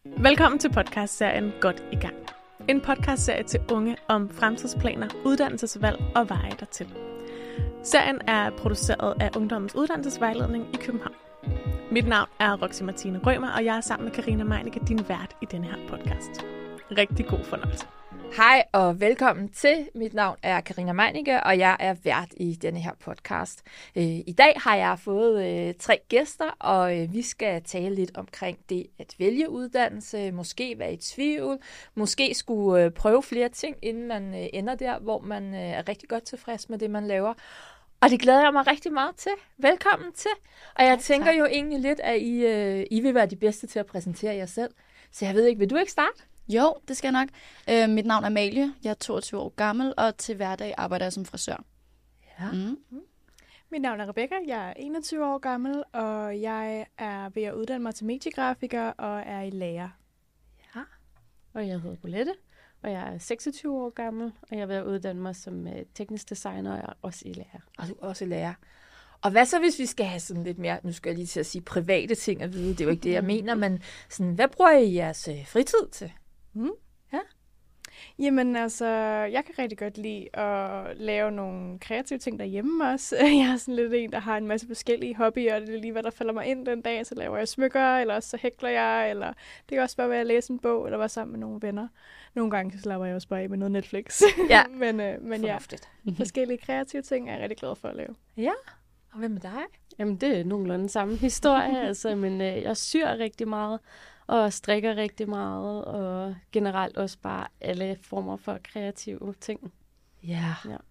Velkommen til podcastserien Godt i gang. En podcastserie til unge om fremtidsplaner, uddannelsesvalg og veje dertil. Serien er produceret af Ungdommens Uddannelsesvejledning i København. Mit navn er Roxy Martine Rømer, og jeg er sammen med Karina Meinicke, din vært i denne her podcast. Rigtig god fornøjelse. Hej og velkommen til. Mit navn er Karina Meinicke, og jeg er vært i denne her podcast. I dag har jeg fået 3 gæster, og vi skal tale lidt omkring det at vælge uddannelse, måske være i tvivl, måske skulle prøve flere ting, inden man ender der, hvor man er rigtig godt tilfreds med det, man laver. Og det glæder jeg mig rigtig meget til. Velkommen til. Og jeg tænker jo egentlig lidt, at I vil være de bedste til at præsentere jer selv. Så jeg ved ikke, vil du ikke starte? Jo, det skal jeg nok. Mit navn er Amalie, jeg er 22 år gammel, og til hverdag arbejder jeg som frisør. Ja. Mit navn er Rebecca, jeg er 21 år gammel, og jeg er ved at uddanne mig til mediegrafiker og er i lærer. Ja. Og jeg hedder Bolette, og jeg er 26 år gammel, og jeg er ved at uddanne mig som teknisk designer, og jeg er også i lærer. Og du er også i lærer. Og hvad så, hvis vi skal have sådan lidt mere, nu skal jeg lige til at sige private ting at vide, det er jo ikke det, jeg mener, men sådan, hvad bruger I jeres fritid til? Ja. Jamen altså, jeg kan rigtig godt lide at lave nogle kreative ting derhjemme også. Jeg er sådan lidt en, der har en masse forskellige hobbyer, og det er lige, hvad der falder mig ind den dag. Så laver jeg smykker, eller også så hækler jeg, eller det kan også bare være at læse en bog, eller være sammen med nogle venner. Nogle gange så slapper jeg også bare af med noget Netflix. Ja, men ja, forskellige kreative ting er jeg rigtig glad for at lave. Ja, og hvad med dig? Jamen, det er nogenlunde samme historie, altså, men jeg syr rigtig meget, og strikker rigtig meget, og generelt også bare alle former for kreative ting. Ja.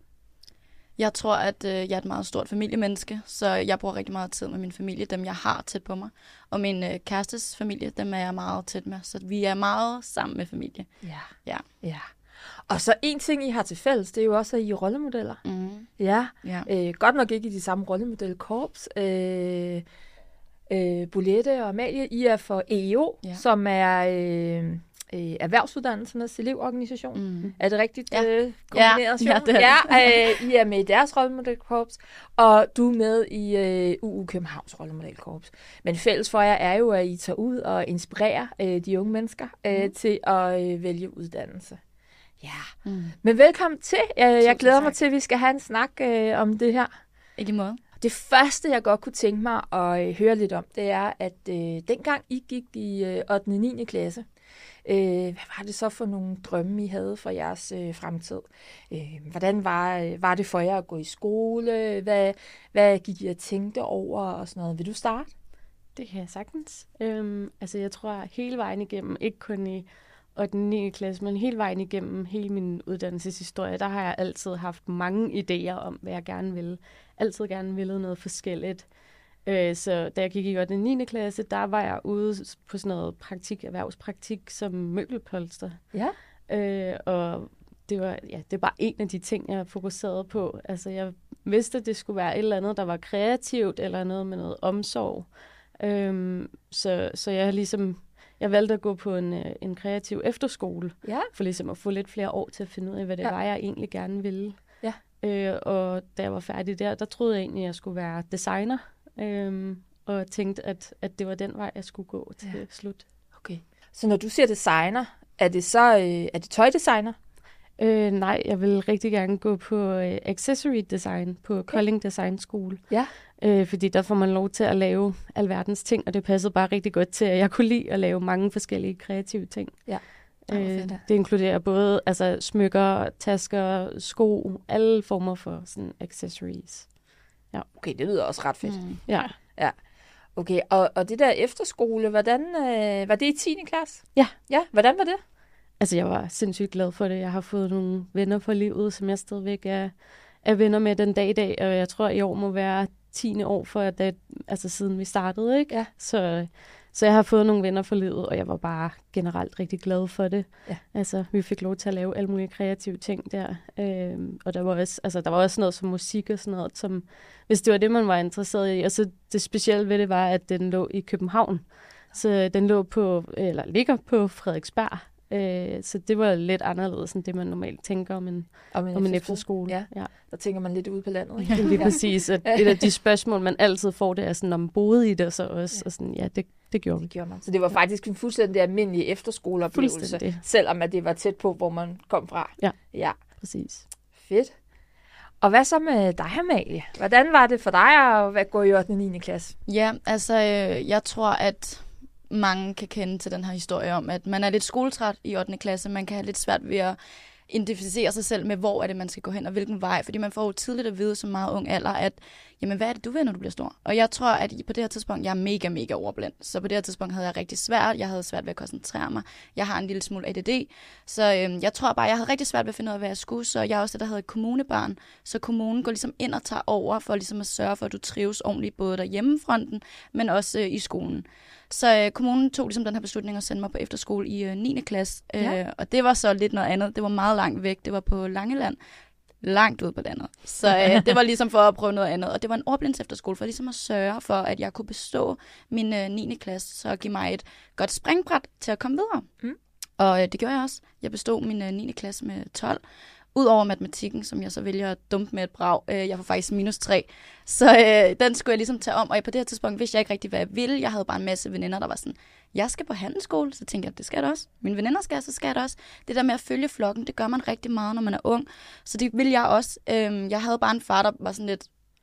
Jeg tror, at jeg er et meget stort familiemenneske, så jeg bruger rigtig meget tid med min familie, dem jeg har tæt på mig. Og min kærestes familie, dem er jeg meget tæt med, så vi er meget sammen med familie. Ja. Og så en ting, I har til fælles, det er jo også, at I er rollemodeller. Ja. Godt nok ikke i de samme rollemodelkorps. Bolette og Amalie, I er for EEO, som er erhvervsuddannelsernes elevorganisation. Er det rigtigt kombineret? Ja, det er det. I er med i deres rollemodelkorps, og du er med i UU Københavns rollemodelkorps. Men fælles for jer er jo, at I tager ud og inspirerer de unge mennesker til at vælge uddannelse. Ja, men velkommen til. Jeg glæder mig til, at vi skal have en snak om det her. I lige måde. Det første, jeg godt kunne tænke mig at høre lidt om, det er, at dengang I gik i 8. og 9. klasse, hvad var det så for nogle drømme, I havde for jeres fremtid? Hvordan var det for jer at gå i skole? Hvad gik I og tænkte over og sådan noget? Vil du starte? Det kan jeg sagtens. Altså, jeg tror hele vejen igennem, ikke kun i 8. og 9. klasse, men hele vejen igennem hele min uddannelseshistorie, der har jeg altid haft mange idéer om, hvad jeg gerne ville. Altid gerne ville noget forskelligt. Så da jeg gik i 8. og 9. klasse, der var jeg ude på sådan noget erhvervspraktik som møbelpolster. Ja. Og det var bare en af de ting, jeg fokuserede på. Altså, jeg vidste, at det skulle være et eller andet, der var kreativt, eller noget med noget omsorg. Så jeg valgte at gå på en kreativ efterskole, for ligesom at få lidt flere år til at finde ud af, hvad det var, jeg egentlig gerne ville. Ja. Og da jeg var færdig der troede jeg egentlig, at jeg skulle være designer, og tænkte, at det var den vej, jeg skulle gå til slut. Okay. Så når du siger designer, er det tøjdesigner? Nej, jeg vil rigtig gerne gå på accessory design på Kolding Design School. Ja. Fordi der får man lov til at lave alverdens ting, og det passede bare rigtig godt til, at jeg kunne lide at lave mange forskellige kreative ting. Ja. Det inkluderer både smykker, tasker, sko, alle former for sådan accessories. Ja. Okay, det lyder også ret fedt. Ja. Okay, og det der efterskole, hvordan var det i 10. klasse? Ja. Ja, hvordan var det? Altså, jeg var sindssygt glad for det. Jeg har fået nogle venner for livet, som jeg stadigvæk er venner med den dag i dag, og jeg tror, i år må være 10. år for, siden vi startede, ikke? Ja. Så jeg har fået nogle venner for livet, og jeg var bare generelt rigtig glad for det. Ja. Altså, vi fik lov til at lave alle mulige kreative ting der. Og der var også noget som musik og sådan noget, som, hvis det var det, man var interesseret i. Og så det specielle ved det var, at den lå i København. Så den ligger på Frederiksberg. Så det var lidt anderledes end det, man normalt tænker om en efterskole. Ja. Der tænker man lidt ude på landet. Ikke? Lige præcis. At et af de spørgsmål, man altid får, det er sådan, om man boede i det så også. Og sådan, ja, Det gjorde vi. Det gjorde man. Så det var faktisk en fuldstændig almindelig efterskoleoplevelse, Fuldstændig. selvom at det var tæt på, hvor man kom fra. Ja. Præcis. Fedt. Og hvad så med dig, Amalie? Hvordan var det for dig at gå i 8. og 9. klasse? Ja, altså jeg tror, at mange kan kende til den her historie om, at man er lidt skoletræt i 8. klasse. Man kan have lidt svært ved at identificere sig selv med, hvor er det, man skal gå hen og hvilken vej. Fordi man får jo tidligt at vide som meget ung alder, at jamen, hvad er det, du vil, når du bliver stor? Og jeg tror, at på det her tidspunkt, jeg er mega, mega overblind. Så på det her tidspunkt havde jeg rigtig svært. Jeg havde svært ved at koncentrere mig. Jeg har en lille smule ADD. Så jeg tror bare, jeg havde rigtig svært ved at finde ud af, hvad jeg skulle. Så jeg er også det, der hedder kommunebarn. Så kommunen går ligesom ind og tager over for ligesom at sørge for, at du trives ordentligt, både derhjemmefronten, men også i skolen. Så kommunen tog ligesom den her beslutning at sende mig på efterskole i 9. klasse. Og det var så lidt noget andet. Det var meget langt væk. Det var på Langeland. Langt ud på landet. Så det var ligesom for at prøve noget andet. Og det var en ordblinds efterskole for ligesom at sørge for, at jeg kunne bestå min 9. klasse. Så give mig et godt springbræt til at komme videre. Og det gjorde jeg også. Jeg bestod min 9. klasse med 12. Udover matematikken, som jeg så vælger at dumpe med et brag. Jeg får faktisk -3. Så den skulle jeg ligesom tage om. Og på det her tidspunkt vidste jeg ikke rigtig, hvad jeg ville. Jeg havde bare en masse veninder, der var sådan, jeg skal på handelsskole. Så tænkte jeg, det skal jeg også. Mine veninder skal, så skal jeg det også. Det der med at følge flokken, det gør man rigtig meget, når man er ung. Så det vil jeg også. Jeg havde bare en far, der var sådan lidt,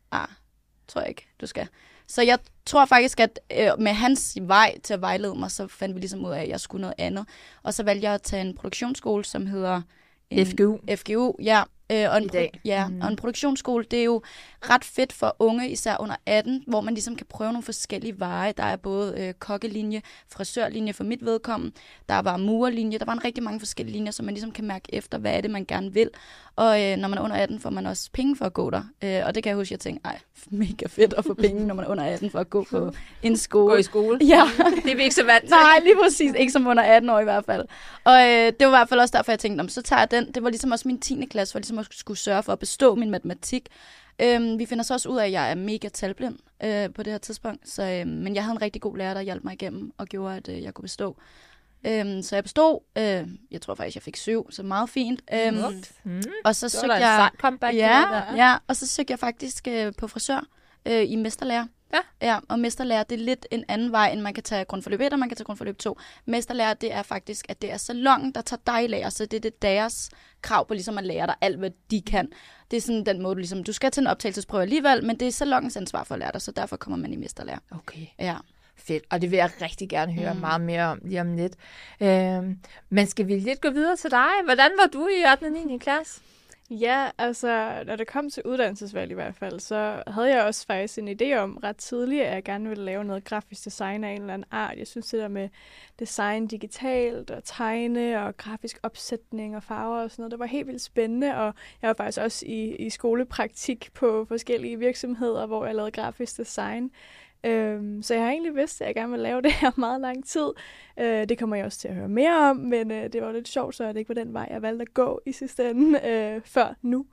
tror jeg ikke, du skal. Så jeg tror faktisk, at med hans vej til at vejlede mig, så fandt vi ligesom ud af, at jeg skulle noget andet. Og så valgte jeg at tage en produktionsskole, som hedder FGU, ja. Og en produktionsskole, det er jo ret fedt for unge, især under 18, hvor man ligesom kan prøve nogle forskellige veje. Der er både kokkelinje, frisørlinje for mit vedkommende, der var murerlinje, der var en rigtig mange forskellige linjer, så man ligesom kan mærke efter, hvad er det, man gerne vil. Og når man er under 18, får man også penge for at gå der. Og det kan jeg huske, jeg tænkte, mega fedt at få penge, når man er under 18 for at gå på en skole. Gå i skole? Ja. Det er vi ikke så vant til. Nej, lige præcis. Ikke som under 18 år i hvert fald. Og det var i hvert fald også derfor, jeg tænkte, så tager jeg den. Det var ligesom også min 10. klasse, for ligesom at skulle sørge for at bestå min matematik. Vi finder så også ud af, at jeg er mega talblind på det her tidspunkt. Så, men jeg havde en rigtig god lærer, der hjalp mig igennem og gjorde, at jeg kunne bestå. Så jeg bestod. Jeg tror faktisk, jeg fik 7, så meget fint. Og så søgte jeg og så søgte jeg faktisk på frisør i mesterlærer. Ja, og mesterlærer, det er lidt en anden vej, end man kan tage grundforløb 1, og man kan tage grundforløb 2. Mesterlærer, det er faktisk, at det er salongen, der tager dig i lærer, så det er deres krav på ligesom at lære dig alt, hvad de kan. Det er sådan den måde, ligesom, du skal til en optagelsesprøve alligevel, men det er salongens ansvar for at lære dig, så derfor kommer man i mesterlærer. Okay. Ja. Fedt, og det vil jeg rigtig gerne høre meget mere om lige om lidt. Men skal vi lidt gå videre til dig? Hvordan var du i 8. og 9. klasse? Ja, altså, når det kom til uddannelsesvalg i hvert fald, så havde jeg også faktisk en idé om ret tidligt, at jeg gerne ville lave noget grafisk design af en eller anden art. Jeg synes det der med design digitalt og tegne og grafisk opsætning og farver og sådan noget, det var helt vildt spændende, og jeg var faktisk også i skolepraktik på forskellige virksomheder, hvor jeg lavede grafisk design. Så jeg har egentlig vidst, at jeg gerne vil lave det her meget lang tid. Det kommer jeg også til at høre mere om, men det var lidt sjovt, så det ikke var den vej, jeg valgte at gå i sidste ende før nu.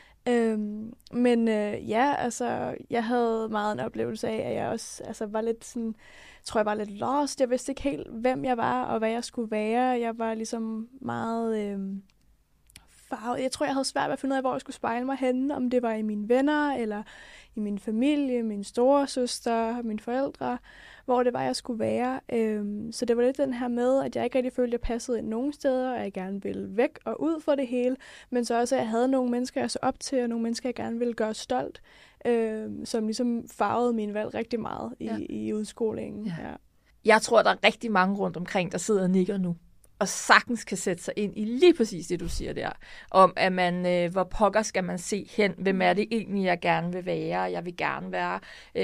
Men altså, jeg havde meget en oplevelse af, at jeg også var lidt sådan, tror jeg var lidt lost. Jeg vidste ikke helt, hvem jeg var og hvad jeg skulle være. Jeg var ligesom meget farvet. Jeg tror, jeg havde svært ved at finde ud af, hvor jeg skulle spejle mig henne, om det var i mine venner eller i min familie, min storesøster, mine forældre, hvor det var, jeg skulle være. Så det var lidt den her med, at jeg ikke rigtig følte, at jeg passede ind nogen steder, og jeg gerne ville væk og ud for det hele, men så også, at jeg havde nogle mennesker, jeg så op til, og nogle mennesker, jeg gerne ville gøre stolt, som ligesom farvede min valg rigtig meget i udskolingen. Ja. Jeg tror, der er rigtig mange rundt omkring, der sidder og nikker nu, og sagtens kan sætte sig ind i lige præcis det, du siger der, om at man, hvor pokker skal man se hen, hvem er det egentlig, jeg gerne vil være, jeg vil gerne være,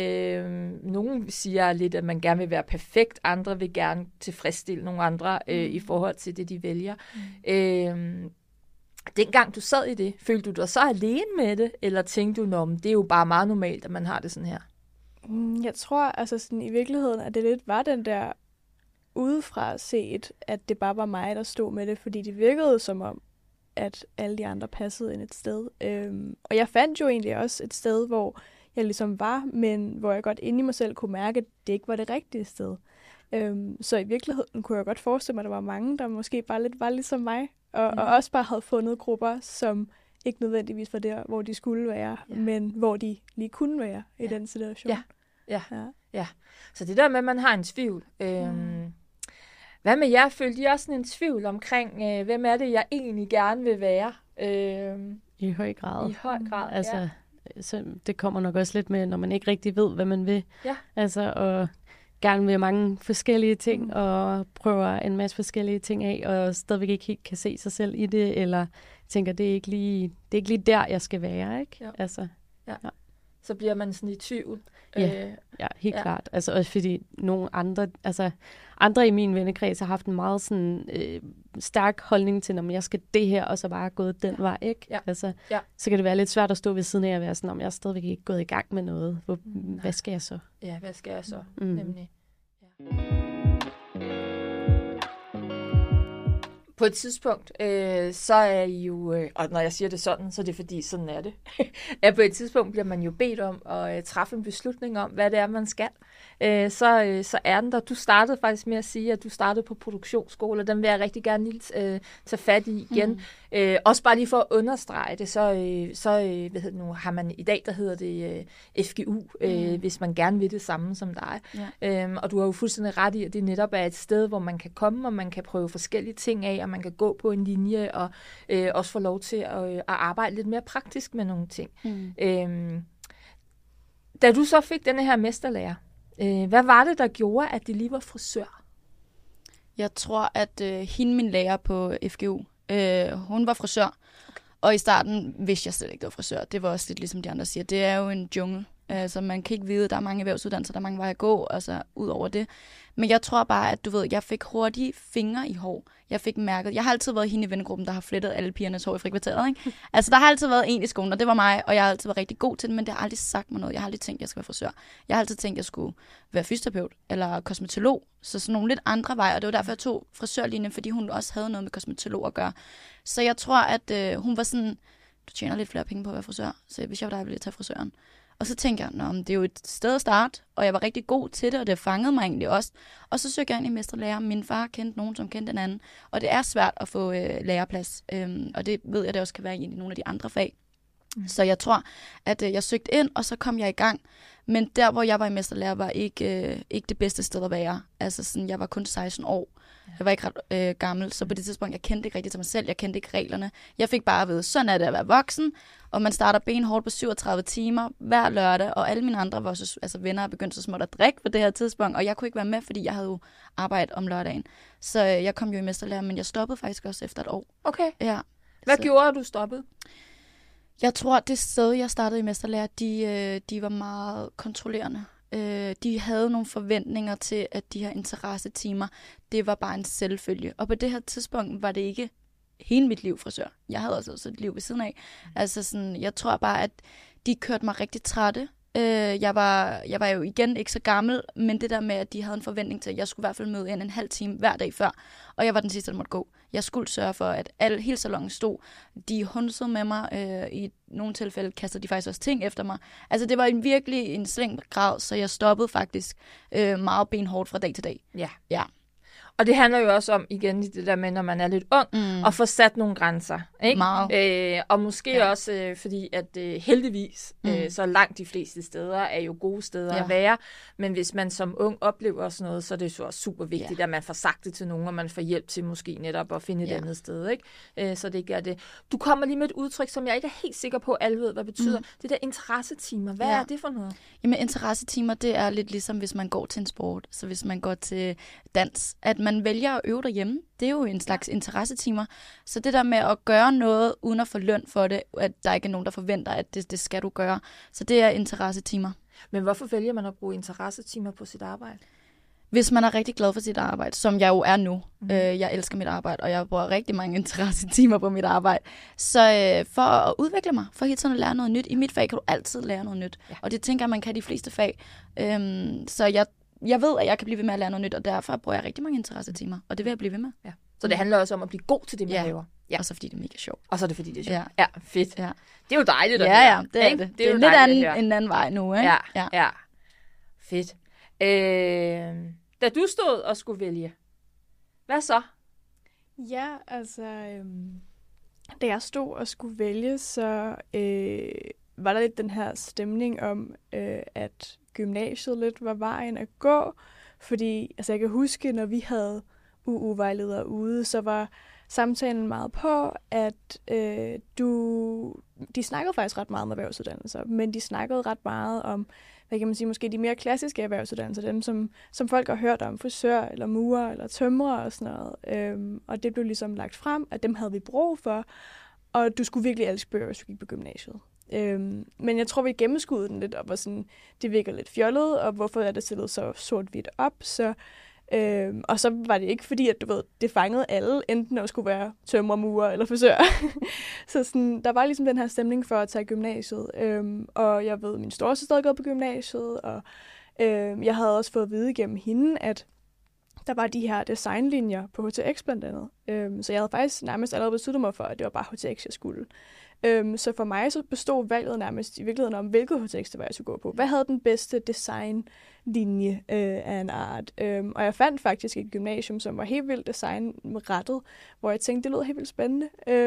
nogen siger lidt, at man gerne vil være perfekt, andre vil gerne tilfredsstille nogle andre i forhold til det, de vælger. Dengang du sad i det, følte du dig så alene med det, eller tænkte du, det er jo bare meget normalt, at man har det sådan her? Jeg tror altså sådan, i virkeligheden, at det lidt var den der udefra set, at det bare var mig, der stod med det, fordi det virkede som om, at alle de andre passede ind et sted. Og jeg fandt jo egentlig også et sted, hvor jeg ligesom var, men hvor jeg godt inde i mig selv kunne mærke, at det ikke var det rigtige sted. Så i virkeligheden kunne jeg godt forestille mig, at der var mange, der måske bare lidt var ligesom mig, og også bare havde fundet grupper, som ikke nødvendigvis var der, hvor de skulle være, men hvor de lige kunne være i den situation. Ja. Ja, så det der med, at man har en tvivl. Hvad med jer? Følte I også sådan en tvivl omkring, hvem er det, jeg egentlig gerne vil være? I høj grad. I høj grad, altså, så det kommer nok også lidt med, når man ikke rigtig ved, hvad man vil. Ja. Altså, og gerne vil mange forskellige ting, og prøver en masse forskellige ting af, og stadigvæk ikke helt kan se sig selv i det, eller tænker, det er ikke lige der, jeg skal være, ikke? Ja. Altså, ja. Så bliver man sådan i tvivl. Ja, helt klart. Altså også fordi nogle andre i min vennekreds har haft en meget sådan stærk holdning til, om jeg skal det her, og så bare gået den vej, ikke? Ja. Altså, så kan det være lidt svært at stå ved siden af og være sådan, om jeg er stadigvæk ikke gået i gang med noget. Hvad skal jeg så? Ja, hvad skal jeg så? Nemlig. Ja. På et tidspunkt, så er I jo, og når jeg siger det sådan, så er det fordi, sådan er det, at på et tidspunkt bliver man jo bedt om at træffe en beslutning om, hvad det er, man skal. Så er den der. Du startede faktisk med at sige, at du startede på produktionsskole, og den vil jeg rigtig gerne lige tage fat i igen. Også bare lige for at understrege det, så har man i dag, der hedder det FGU, hvis man gerne vil det samme som dig. Ja. Og du har jo fuldstændig ret i, at det netop er et sted, hvor man kan komme, og man kan prøve forskellige ting af, og man kan gå på en linje, og også få lov til at arbejde lidt mere praktisk med nogle ting. Da du så fik denne her mesterlærer, hvad var det, der gjorde, at det lige var frisør? Jeg tror, at min lærer på FGU, hun var frisør. Okay. Og i starten vidste jeg slet ikke, det var frisør. Det var også lidt ligesom de andre siger. Det er jo en jungle. Altså, man kan ikke vide, der er mange erhvervsuddannelser, der er mange veje at gå, altså ud over det. Men jeg tror bare, at du ved, jeg fik hurtige fingre i hår. Jeg fik mærket. Jeg har altid været hende i vennegruppen, der har flettet alle pigernes hår i frikvarteret, ikke? Altså, der har altid været en i skolen, og det var mig, og jeg har altid været rigtig god til det, men det har aldrig sagt mig noget. Jeg har aldrig tænkt, at jeg skal være frisør. Jeg har altid tænkt, at jeg skulle være fysioterapeut eller kosmetolog. Så sådan nogle lidt andre veje, og det var derfor, jeg tog frisørlinjen, fordi hun også havde noget med kosmetolog at gøre. Så jeg tror, at hun var sådan, du tjener lidt flere penge på at være frisør, så hvis jeg var dig, ville jeg tage frisøren. Og så tænkte jeg, det er jo et sted at starte, og jeg var rigtig god til det, og det fangede mig egentlig også. Og så søgte jeg ind i mesterlærer. Min far kendte nogen, som kendte en anden. Og det er svært at få læreplads, og det ved jeg, det også kan være i nogle af de andre fag. Så jeg tror, at jeg søgte ind, og så kom jeg i gang. Men der, hvor jeg var i mesterlærer, var ikke det bedste sted at være. Altså sådan, jeg var kun 16 år. Jeg var ikke ret gammel, så på det tidspunkt, jeg kendte ikke rigtig til mig selv, jeg kendte ikke reglerne. Jeg fik bare at vide, sådan er det at være voksen, og man starter benhårdt på 37 timer hver lørdag, og alle mine andre venner begyndte så småt at drikke på det her tidspunkt, og jeg kunne ikke være med, fordi jeg havde jo arbejdet om lørdagen. Så jeg kom jo i mesterlærer, men jeg stoppede faktisk også efter et år. Okay. Ja. Hvad gjorde, at du stoppede? Jeg tror, at det sted, jeg startede i mesterlærer, de var meget kontrollerende. De havde nogle forventninger til, at de her interessetimer, det var bare en selvfølge. Og på det her tidspunkt var det ikke hele mit liv frisør. Jeg havde også et liv ved siden af. Altså sådan, jeg tror bare, at de kørte mig rigtig trætte. Jeg var jo igen ikke så gammel, men det der med, at de havde en forventning til, at jeg skulle i hvert fald møde ind en halv time hver dag før, og jeg var den sidste, der måtte gå. Jeg skulle sørge for, at hele salongen stod. De hundsede med mig. I nogle tilfælde kastede de faktisk også ting efter mig. Altså, det var virkelig en sling grad, så jeg stoppede faktisk meget benhårdt fra dag til dag. Ja. Og det handler jo også om, igen, det der med, når man er lidt ung, at få sat nogle grænser. Ikke? Meget. Og måske også, fordi at heldigvis, så langt de fleste steder er jo gode steder at være. Men hvis man som ung oplever sådan noget, så er det så også super vigtigt, at man får sagt det til nogen, og man får hjælp til måske netop at finde et andet sted. Ikke? Så det ikke er det. Du kommer lige med et udtryk, som jeg ikke er helt sikker på, at alle ved, hvad det betyder. Det der interessetimer. Hvad er det for noget? Jamen, interessetimer, det er lidt ligesom, hvis man går til en sport. Så hvis man går til dans, at man vælger at øve derhjemme. Det er jo en slags interessetimer. Så det der med at gøre noget, uden at få løn for det, at der ikke er nogen, der forventer, at det skal du gøre. Så det er interessetimer. Men hvorfor vælger man at bruge interessetimer på sit arbejde? Hvis man er rigtig glad for sit arbejde, som jeg jo er nu. Jeg elsker mit arbejde, og jeg bruger rigtig mange interessetimer på mit arbejde. Så for at udvikle mig, for hele tiden at lære noget nyt. I mit fag kan du altid lære noget nyt. Og det tænker jeg, man kan i de fleste fag. Så jeg ved, at jeg kan blive ved med at lære noget nyt, og derfor bruger jeg rigtig mange interessetimer, og det vil jeg blive ved med. Ja. Så det handler også om at blive god til det, man laver. Ja, og så fordi det er mega sjovt. Og så er det fordi, det er sjovt. Ja, fedt. Ja. Det er jo dejligt at høre. Ja, det er det. Det er lidt en anden vej nu, ikke? Ja. Fedt. Da du stod og skulle vælge, hvad så? Ja, altså, da jeg stod og skulle vælge, så var der lidt den her stemning om, at gymnasiet lidt var vejen at gå. Fordi altså jeg kan huske, når vi havde UU-vejledere ude, så var samtalen meget på, at de snakkede faktisk ret meget om erhvervsuddannelser, men de snakkede ret meget om, hvad kan man sige, måske de mere klassiske erhvervsuddannelser, dem som folk har hørt om, frisør eller murer eller tømrer og sådan noget. Og det blev ligesom lagt frem, at dem havde vi brug for, og du skulle virkelig elske bøger, hvis du gik på gymnasiet. Men jeg tror, vi gennemskudde den lidt, og var sådan, det virker lidt fjollet, og hvorfor er det stillet så sort-hvidt op, så og så var det ikke fordi, at du ved, det fangede alle, enten at skulle være tømrer, murer eller frisør. Så sådan, der var ligesom den her stemning for at tage gymnasiet. Og jeg ved, min storesøster havde gået på gymnasiet, og jeg havde også fået at vide gennem hende, at der var de her designlinjer på HTX blandt andet. Så jeg havde faktisk nærmest allerede besluttet mig for, at det var bare HTX, jeg skulle. Så for mig så bestod valget nærmest i virkeligheden om, hvilket HTX det var, jeg skulle gå på. Hvad havde den bedste designlinje af en art? Og jeg fandt faktisk et gymnasium, som var helt vildt designrettet, hvor jeg tænkte, det lød helt vildt spændende.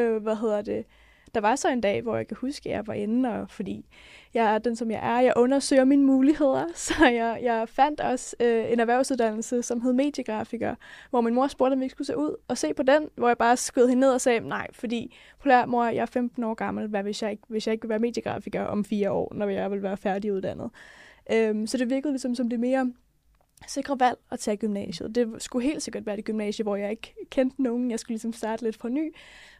Der var så en dag, hvor jeg kan huske, at jeg var inde, og fordi jeg er den, som jeg er, jeg undersøger mine muligheder, så jeg fandt også en erhvervsuddannelse, som hed mediegrafiker, hvor min mor spurgte, om vi ikke skulle se ud og se på den, hvor jeg bare skød hende ned og sagde, nej, fordi mor, jeg er 15 år gammel, hvad hvis jeg ikke vil være mediegrafiker om 4 år, når jeg vil være færdiguddannet. Så det virkede ligesom som det mere sikre valg at tage gymnasiet. Det skulle helt sikkert være det gymnasie, hvor jeg ikke kendte nogen. Jeg skulle ligesom starte lidt fra ny.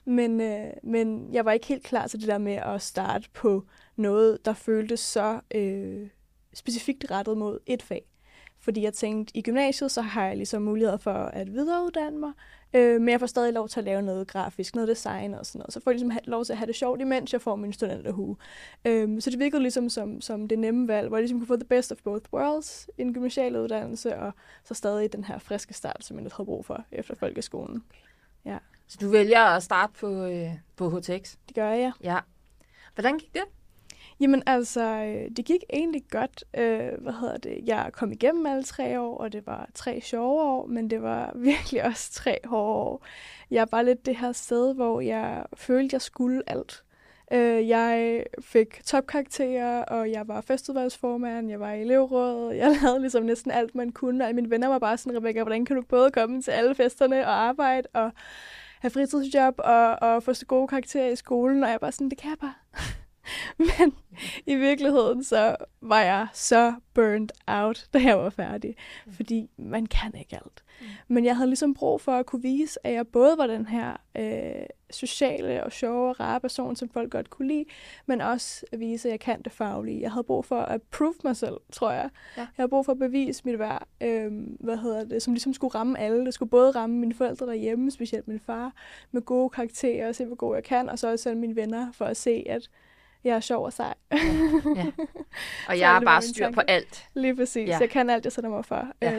Men jeg var ikke helt klar til det der med at starte på noget, der føltes så specifikt rettet mod et fag. Fordi jeg tænkte, i gymnasiet, så har jeg ligesom mulighed for at videreuddanne mig, men jeg får stadig lov til at lave noget grafisk, noget design og sådan noget. Så får jeg ligesom lov til at have det sjovt, imens jeg får min studenterhue. Så det virkede ligesom som det nemme valg, hvor jeg ligesom kunne få the best of both worlds, en gymnasial uddannelse, og så stadig den her friske start, som jeg havde brug for efter folkeskolen. Ja. Så du vælger at starte på HTX? Det gør jeg. Ja. Hvordan gik det? Jamen altså, det gik egentlig godt. Jeg kom igennem alle 3 år, og det var 3 sjove år, men det var virkelig også 3 hårde år. Jeg var lidt det her sted, hvor jeg følte, jeg skulle alt. Jeg fik topkarakterer, og jeg var festudvalgsformand, jeg var i elevrådet, jeg lavede ligesom næsten alt, man kunne, og mine venner var bare sådan, Rebecca, hvordan kan du både komme til alle festerne og arbejde, og have fritidsjob, og få så gode karakterer i skolen, og jeg bare sådan, det kan jeg bare. Men i virkeligheden så var jeg så burnt out, da jeg var færdig. Fordi man kan ikke alt. Men jeg havde ligesom brug for at kunne vise, at jeg både var den her sociale og sjove og rare person, som folk godt kunne lide, men også at vise, at jeg kan det faglige. Jeg havde brug for at prove mig selv, tror jeg. Ja. Jeg havde brug for at bevise mit værd, som ligesom skulle ramme alle. Det skulle både ramme mine forældre derhjemme, specielt min far, med gode karakterer, og se, hvor god jeg kan, og så også mine venner for at se, at jeg er sjov og sej. Ja. Og jeg er bare styr på alt. Lige præcis. Ja. Jeg kan alt, jeg sætter mig for. Ja.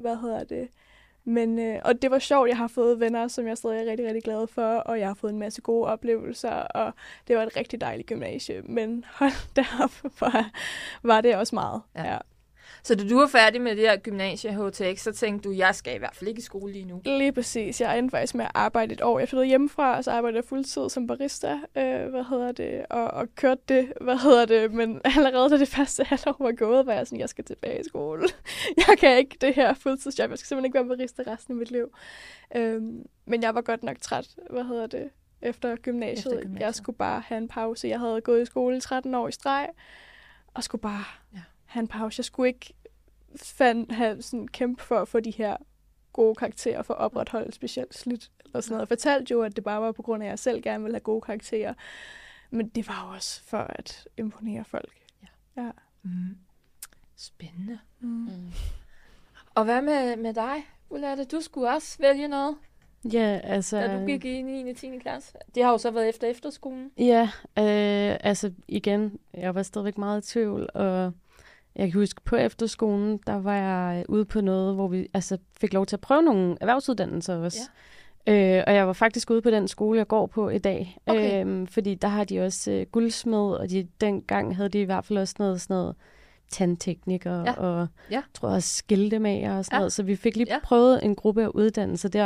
Men, og det var sjovt. Jeg har fået venner, som jeg stadig er rigtig, rigtig glad for, og jeg har fået en masse gode oplevelser, og det var et rigtig dejligt gymnasie. Men hold deroppe, var det også meget. Ja. Så da du var færdig med det her gymnasie HTX, så tænkte du, jeg skal i hvert fald ikke i skole lige nu. Lige præcis. Jeg endte faktisk med at arbejde 1 år. Jeg flyttede hjemmefra, og så arbejdede jeg fuldtid som barista, og kørte det, men allerede da det første halvår var gået, var jeg sådan, jeg skal tilbage i skole. Jeg kan ikke det her fuldtidsjob. Jeg skal simpelthen ikke være barista resten af mit liv. Men jeg var godt nok træt, efter gymnasiet. Jeg skulle bare have en pause. Jeg havde gået i skole 13 år i streg, og skulle bare have en pause. Jeg skulle ikke have sådan kæmpe for at få de her gode karakterer for at opretholde specielt slidt eller sådan noget. Jeg fortalte jo, at det bare var på grund af, at jeg selv gerne ville have gode karakterer. Men det var jo også for at imponere folk. Ja. Mm. Spændende. Mm. Og hvad med dig, Ulla? Du skulle også vælge noget? Ja, altså... Da du gik i 9. og 10. klasse. Det har jo så været efter efterskolen. Ja, igen, jeg var stadigvæk meget i tvivl, og jeg kan huske, på efterskolen, der var jeg ude på noget, hvor vi fik lov til at prøve nogle erhvervsuddannelser også. Ja. Og jeg var faktisk ude på den skole, jeg går på i dag. Okay. Fordi der har de også guldsmed, og dengang havde de i hvert fald også sådan noget tandtekniker, og tror jeg også skiltemager og sådan noget. Så vi fik lige prøvet en gruppe af uddannelser der.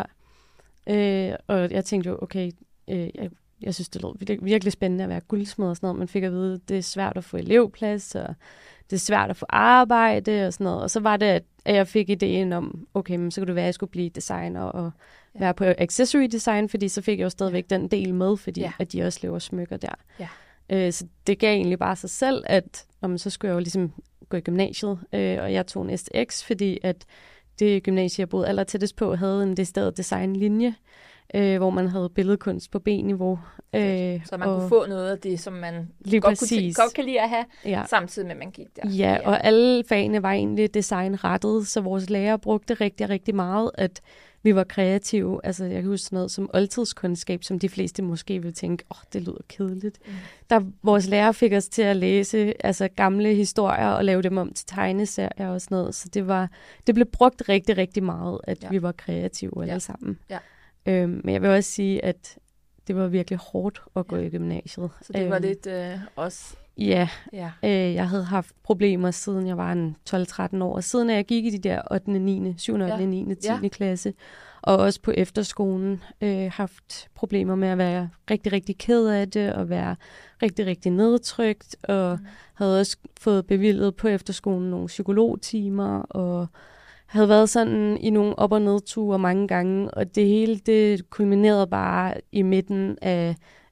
Og jeg tænkte jo, okay, jeg synes, det lød virkelig spændende at være guldsmed og sådan noget. Man fik at vide, at det er svært at få elevplads, og det er svært at få arbejde og sådan noget. Og så var det, at jeg fik idéen om, okay, men så kunne det være, at jeg skulle blive designer og være på accessory design, fordi så fik jeg jo stadigvæk den del med, fordi at de også laver smykker der. Ja. Så det gav egentlig bare sig selv, at så skulle jeg jo ligesom gå i gymnasiet, og jeg tog en STX, fordi at det gymnasie, jeg boede aller tættest på, havde en decideret designlinje, hvor man havde billedkunst på B-niveau. Så man kunne få noget af det, som man godt kan lide at have, samtidig med, at man gik der. Ja, og alle fagene var egentlig designrettet, så vores lærer brugte rigtig, rigtig meget, at vi var kreative. Altså, jeg kan huske noget som oldtidskundskab, som de fleste måske ville tænke, det lyder kedeligt. Vores lærer fik os til at læse gamle historier og lave dem om til tegneserier og sådan noget. Så det blev brugt rigtig, rigtig meget, at vi var kreative alle sammen. Ja. Men jeg vil også sige, at det var virkelig hårdt at gå i gymnasiet. Så det var lidt også... Ja, jeg havde haft problemer, siden jeg var 12-13 år. Siden jeg gik i de der 8., 9., 7., 8., 9., 10. klasse. Og også på efterskolen haft problemer med at være rigtig, rigtig ked af det, og være rigtig, rigtig nedtrykt. Og havde også fået bevilget på efterskolen nogle psykologtimer, og havde været sådan i nogle op- og nedture mange gange. Og det hele, det kulminerede bare i midten af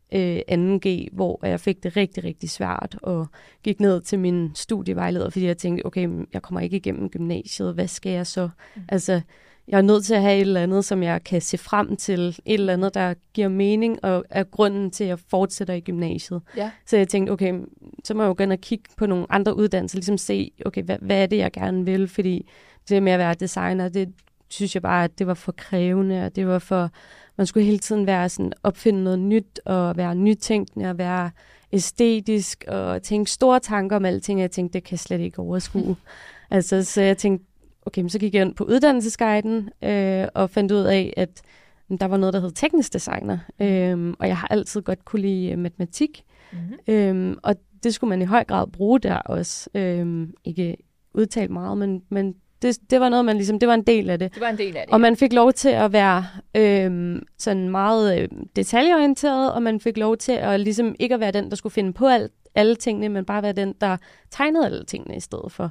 2G, hvor jeg fik det rigtig, rigtig svært, og gik ned til min studievejleder, fordi jeg tænkte, okay, jeg kommer ikke igennem gymnasiet, hvad skal jeg så? Altså, jeg er nødt til at have et eller andet, som jeg kan se frem til, et eller andet, der giver mening, og er grunden til, at jeg fortsætter i gymnasiet. Ja. Så jeg tænkte, okay, så må jeg jo gå ind og kigge på nogle andre uddannelser, ligesom se, okay, hvad er det, jeg gerne vil, fordi det med at være designer, det synes jeg bare, at det var for krævende, og det var for... Man skulle hele tiden være sådan, opfinde noget nyt, og være nytænkende, og være æstetisk, og tænke store tanker om alting. Jeg tænkte, det kan jeg slet ikke overskue. Så jeg tænkte, okay, så gik jeg ind på uddannelsesguiden, og fandt ud af, at der var noget, der hed teknisk designer. Og jeg har altid godt kunne lide matematik. Og det skulle man i høj grad bruge der også. Ikke udtalt meget, men det var noget, man ligesom, det var en del af det. Det var en del af det, Og man fik lov til at være sådan meget detaljeorienteret, og man fik lov til at ligesom ikke at være den, der skulle finde på alle tingene, men bare være den, der tegnede alle tingene i stedet for.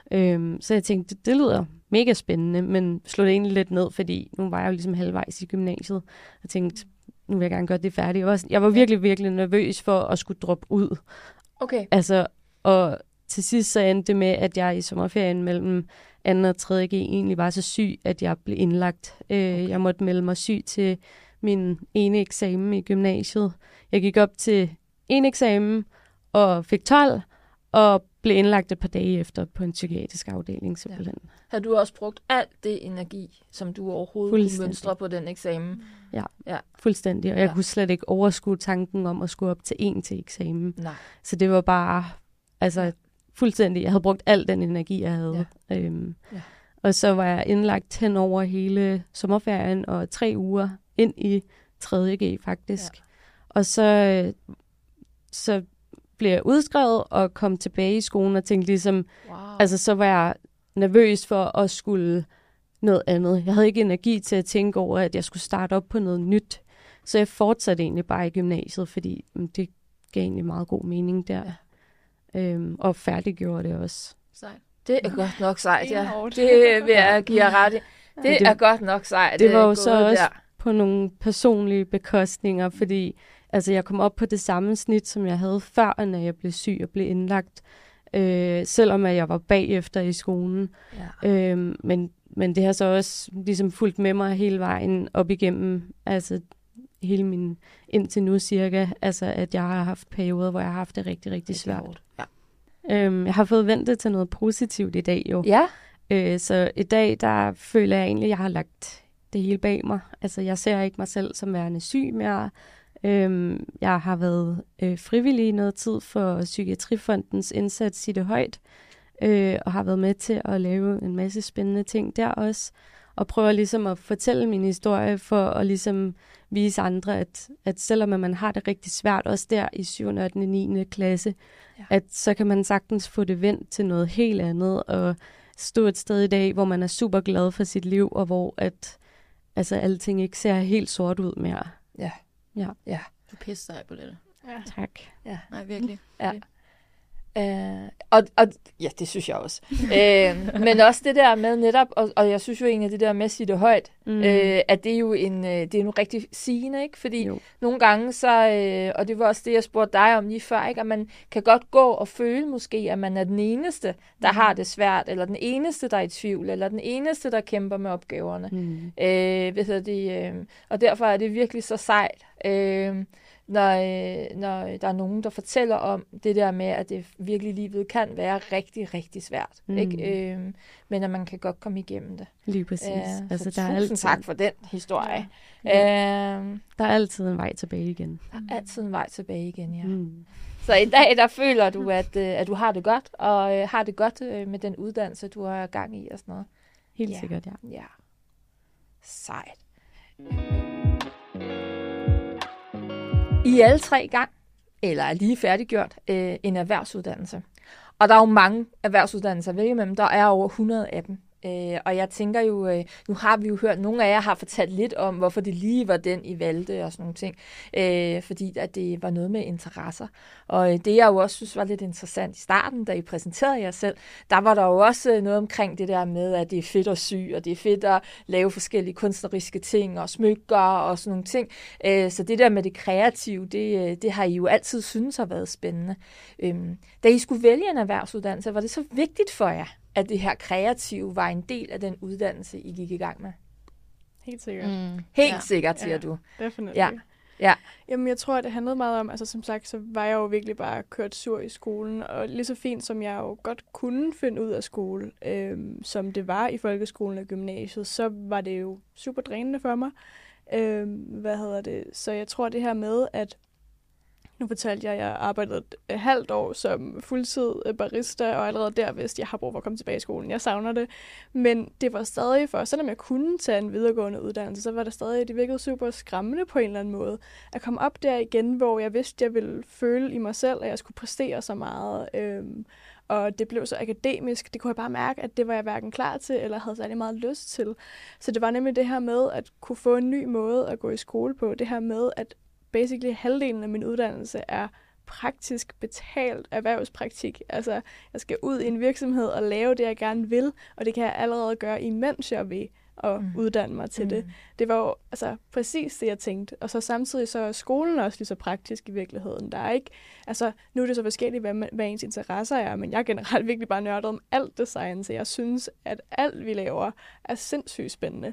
Så jeg tænkte, det lyder mega spændende, men slog det egentlig lidt ned, fordi nu var jeg jo ligesom halvvejs i gymnasiet, og tænkte, nu vil jeg gerne gøre det færdigt. Jeg var virkelig, virkelig nervøs for at skulle droppe ud. Okay. Og til sidst så endte det med, at jeg i sommerferien mellem 2. og 3. G egentlig var så syg, at jeg blev indlagt. Jeg måtte melde mig syg til min ene eksamen i gymnasiet. Jeg gik op til en eksamen og fik 12, og blev indlagt et par dage efter på en psykiatrisk afdeling simpelthen. Ja. Har du også brugt alt det energi, som du overhovedet kunne mønstre på den eksamen? Ja, fuldstændig. Og jeg kunne slet ikke overskue tanken om at skulle op til en til eksamen. Nej. Så det var bare... fuldstændig. Jeg havde brugt al den energi, jeg havde. Ja. Og så var jeg indlagt hen over hele sommerferien og 3 uger ind i 3. G faktisk. Ja. Og så blev jeg udskrevet og kom tilbage i skolen og tænkte ligesom, så var jeg nervøs for at skulle noget andet. Jeg havde ikke energi til at tænke over, at jeg skulle starte op på noget nyt. Så jeg fortsatte egentlig bare i gymnasiet, fordi det gav egentlig meget god mening der. Ja. Og færdiggjorde det også. Sejt. Det er godt nok sejt, ja. Det vil jeg give jer ret i. Det er godt nok sejt. Det var jo så også på nogle personlige bekostninger, fordi jeg kom op på det samme snit, som jeg havde før, når jeg blev syg og blev indlagt. Selvom jeg var bagefter i skolen. Ja. Men det har så også ligesom fulgt med mig hele vejen op igennem, hele min indtil nu cirka, at jeg har haft perioder, hvor jeg har haft det rigtig, rigtig svært. Ja. Jeg har fået ventet til noget positivt i dag jo. Ja. Så i dag, der føler jeg egentlig, at jeg har lagt det hele bag mig. Jeg ser ikke mig selv som værende syg mere. Jeg har været frivillig i noget tid for Psykiatrifondens indsats Sig det højt, og har været med til at lave en masse spændende ting der også. Og prøver ligesom at fortælle min historie for at ligesom vise andre, at selvom man har det rigtig svært, også der i 7., 8., 9. klasse, at så kan man sagtens få det vendt til noget helt andet, og stå et sted i dag, hvor man er super glad for sit liv, og hvor alting ikke ser helt sort ud mere. Ja. Du pisser dig på det. Ja. Tak. Ja. Nej, virkelig. Ja. Og ja, det synes jeg også. Men også det der med netop, og jeg synes jo egentlig, det der med at sige det højt, at det er jo det er nu rigtig sigende, ikke? Fordi nogle gange så, og det var også det, jeg spurgte dig om lige før, ikke? At man kan godt gå og føle måske, at man er den eneste, der har det svært, eller den eneste, der er i tvivl, eller den eneste, der kæmper med opgaverne. Og derfor er det virkelig så sejt. Når der er nogen, der fortæller om det der med, at det virkelig livet kan være rigtig, rigtig svært. Ikke? Men at man kan godt komme igennem det. Lige præcis. Altså, der er tusind tak for den historie. Der er altid en vej tilbage igen. Der er altid en vej tilbage igen, ja. Så i dag, der føler du, at du har det godt, og har det godt med den uddannelse, du har gang i og sådan noget. Helt sikkert, ja. Sejt. I er alle 3 gang, eller er lige færdiggjort, en erhvervsuddannelse. Og der er jo mange erhvervsuddannelser at vælge imellem. Der er over 100 af dem. Og jeg tænker jo, nu har vi jo hørt, nogle af jer har fortalt lidt om, hvorfor det lige var den, I valgte og sådan nogle ting. Fordi at det var noget med interesser. Og det jeg jo også synes var lidt interessant i starten, da I præsenterede jer selv, der var der jo også noget omkring det der med, at det er fedt at sy, og det er fedt at lave forskellige kunstneriske ting og smykker og sådan nogle ting. Så det der med det kreative, det har I jo altid synes har været spændende. Da I skulle vælge en erhvervsuddannelse, var det så vigtigt for jer, at det her kreative var en del af den uddannelse, I gik i gang med? Helt sikkert. Helt sikkert, siger du. Definitivt. Ja. Jamen, jeg tror, at det handlede meget om, altså som sagt, så var jeg jo virkelig bare kørt sur i skolen, og lige så fint, som jeg jo godt kunne finde ud af skole, som det var i folkeskolen og gymnasiet, så var det jo super drænende for mig. Så jeg tror, det her med, at nu fortalte jeg arbejdede et halvt år som fuldtid barista, og allerede der vidste jeg har brug for at komme tilbage i skolen. Jeg savner det. Men det var stadig for, selvom jeg kunne tage en videregående uddannelse, så var det stadig, det virkede super skræmmende på en eller anden måde. At komme op der igen, hvor jeg vidste, jeg ville føle i mig selv, at jeg skulle præstere så meget. Og det blev så akademisk. Det kunne jeg bare mærke, at det var jeg hverken klar til, eller havde særlig meget lyst til. Så det var nemlig det her med, at kunne få en ny måde at gå i skole på. Det her med, at basically halvdelen af min uddannelse er praktisk betalt erhvervspraktik. Altså, jeg skal ud i en virksomhed og lave det, jeg gerne vil, og det kan jeg allerede gøre, imens jeg er ved at uddanne mig til det. Det var jo altså præcis det, jeg tænkte. Og så samtidig så er skolen også lige så praktisk i virkeligheden. Der er ikke, altså, nu er det så forskelligt, hvad ens interesser er, men jeg er generelt virkelig bare nørdet om alt design, så jeg synes, at alt, vi laver, er sindssygt spændende.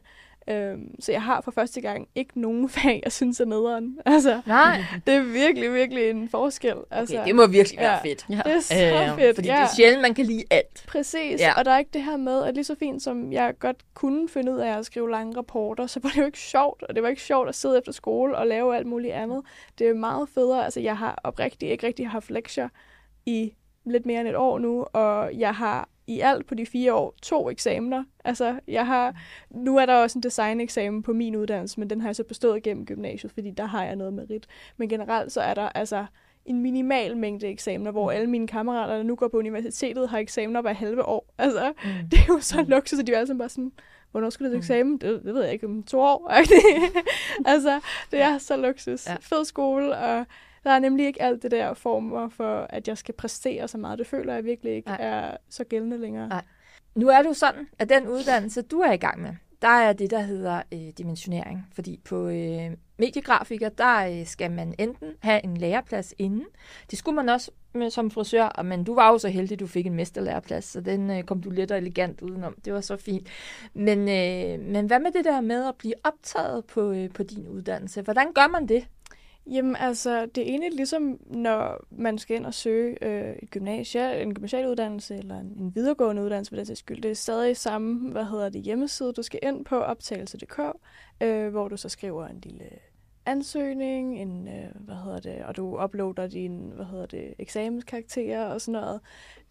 Så jeg har for første gang ikke nogen fag, jeg synes er nederen. Altså, nej. Det er virkelig, virkelig en forskel. Altså, okay, det må virkelig være fedt. Ja. Det er så fedt. Fordi det er sjældent, man kan lide alt. Præcis, og der er ikke det her med, at lige så fint som jeg godt kunne finde ud af at skrive lange rapporter, så var det jo ikke sjovt, og det var ikke sjovt at sidde efter skole og lave alt muligt andet. Det er meget federe. Altså, jeg har ikke rigtig haft lektier i lidt mere end et år nu, og jeg har i alt på de 4 år 2 eksamener. Altså, nu er der også en designeksamen på min uddannelse, men den har jeg så bestået gennem gymnasiet, fordi der har jeg noget merit. Men generelt så er der altså en minimal mængde eksamener, hvor alle mine kammerater, der nu går på universitetet, har eksamener hver halve år. Altså, det er jo så luksus, at de er alle sammen bare sådan, hvornår skal du til eksamen? Det ved jeg ikke, om 2 år. Altså, det er så luksus. Ja. Fed skole, og der er nemlig ikke alt det der former for, at jeg skal præstere så meget. Det føler jeg virkelig ikke er så gældende længere. Nej. Nu er det jo sådan, at den uddannelse, du er i gang med, der er det, der hedder dimensionering. Fordi på mediegrafiker, der skal man enten have en læreplads inden. Det skulle man også som frisør, men du var jo så heldig, at du fik en mesterlæreplads, så den kom du let og elegant udenom. Det var så fint. Men hvad med det der med at blive optaget på din uddannelse? Hvordan gør man det? Jamen altså, det er egentlig ligesom, når man skal ind og søge en gymnasial uddannelse eller en videregående uddannelse for den sags skyld. Det er stadig samme, hjemmeside, du skal ind på, optagelse.dk, hvor du så skriver en lille ansøgning, og du uploader dine, eksamenskarakterer og sådan noget.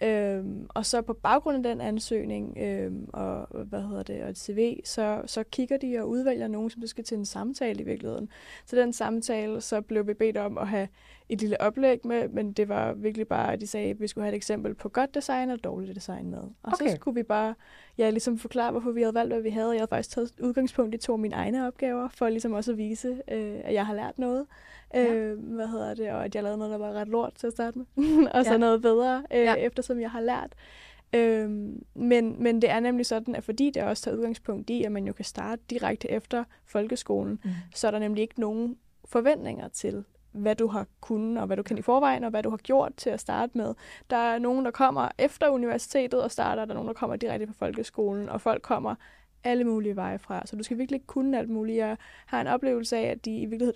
Og så på baggrund af den ansøgning og et CV, så kigger de og udvælger nogen, som du skal til en samtale i virkeligheden. Så den samtale, så blev vi bedt om at have et lille oplæg med, men det var virkelig bare, at de sagde, at vi skulle have et eksempel på godt design og dårligt design med. Og så skulle vi bare ligesom forklare, hvorfor vi havde valgt, hvad vi havde. Jeg havde faktisk taget udgangspunkt i 2 af mine egne opgaver, for ligesom også at vise, at jeg har lært noget. Og at jeg lavede noget, der var ret lort til at starte med. Og så noget bedre, eftersom jeg har lært. Men det er nemlig sådan, at fordi det også tager udgangspunkt i, at man jo kan starte direkte efter folkeskolen, så er der nemlig ikke nogen forventninger til, hvad du har kunnet, og hvad du kan i forvejen, og hvad du har gjort til at starte med. Der er nogen, der kommer efter universitetet og starter, der er nogen, der kommer direkte fra folkeskolen, og folk kommer alle mulige veje fra. Så du skal virkelig ikke kunne alt muligt. Jeg har en oplevelse af, at de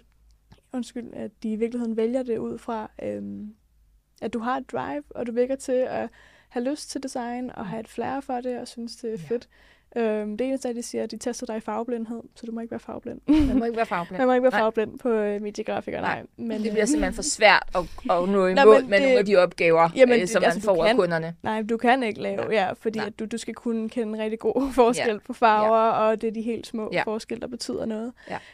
i virkeligheden vælger det ud fra, at du har et drive, og du virker til at have lyst til design, og have et flair for det, og synes, det er fedt. Det eneste af, de siger, at de tester dig i farveblindhed, så du må ikke være farveblind. Man må ikke være farveblind. Man må ikke være farveblind på mediegrafiker, nej. Men, det bliver simpelthen for svært at nå i mål med nogle af de opgaver, som man får af kunderne. Nej, du kan ikke lave, fordi at du skal kunne kende en rigtig god forskel på farver, og det er de helt små forskelle, der betyder noget.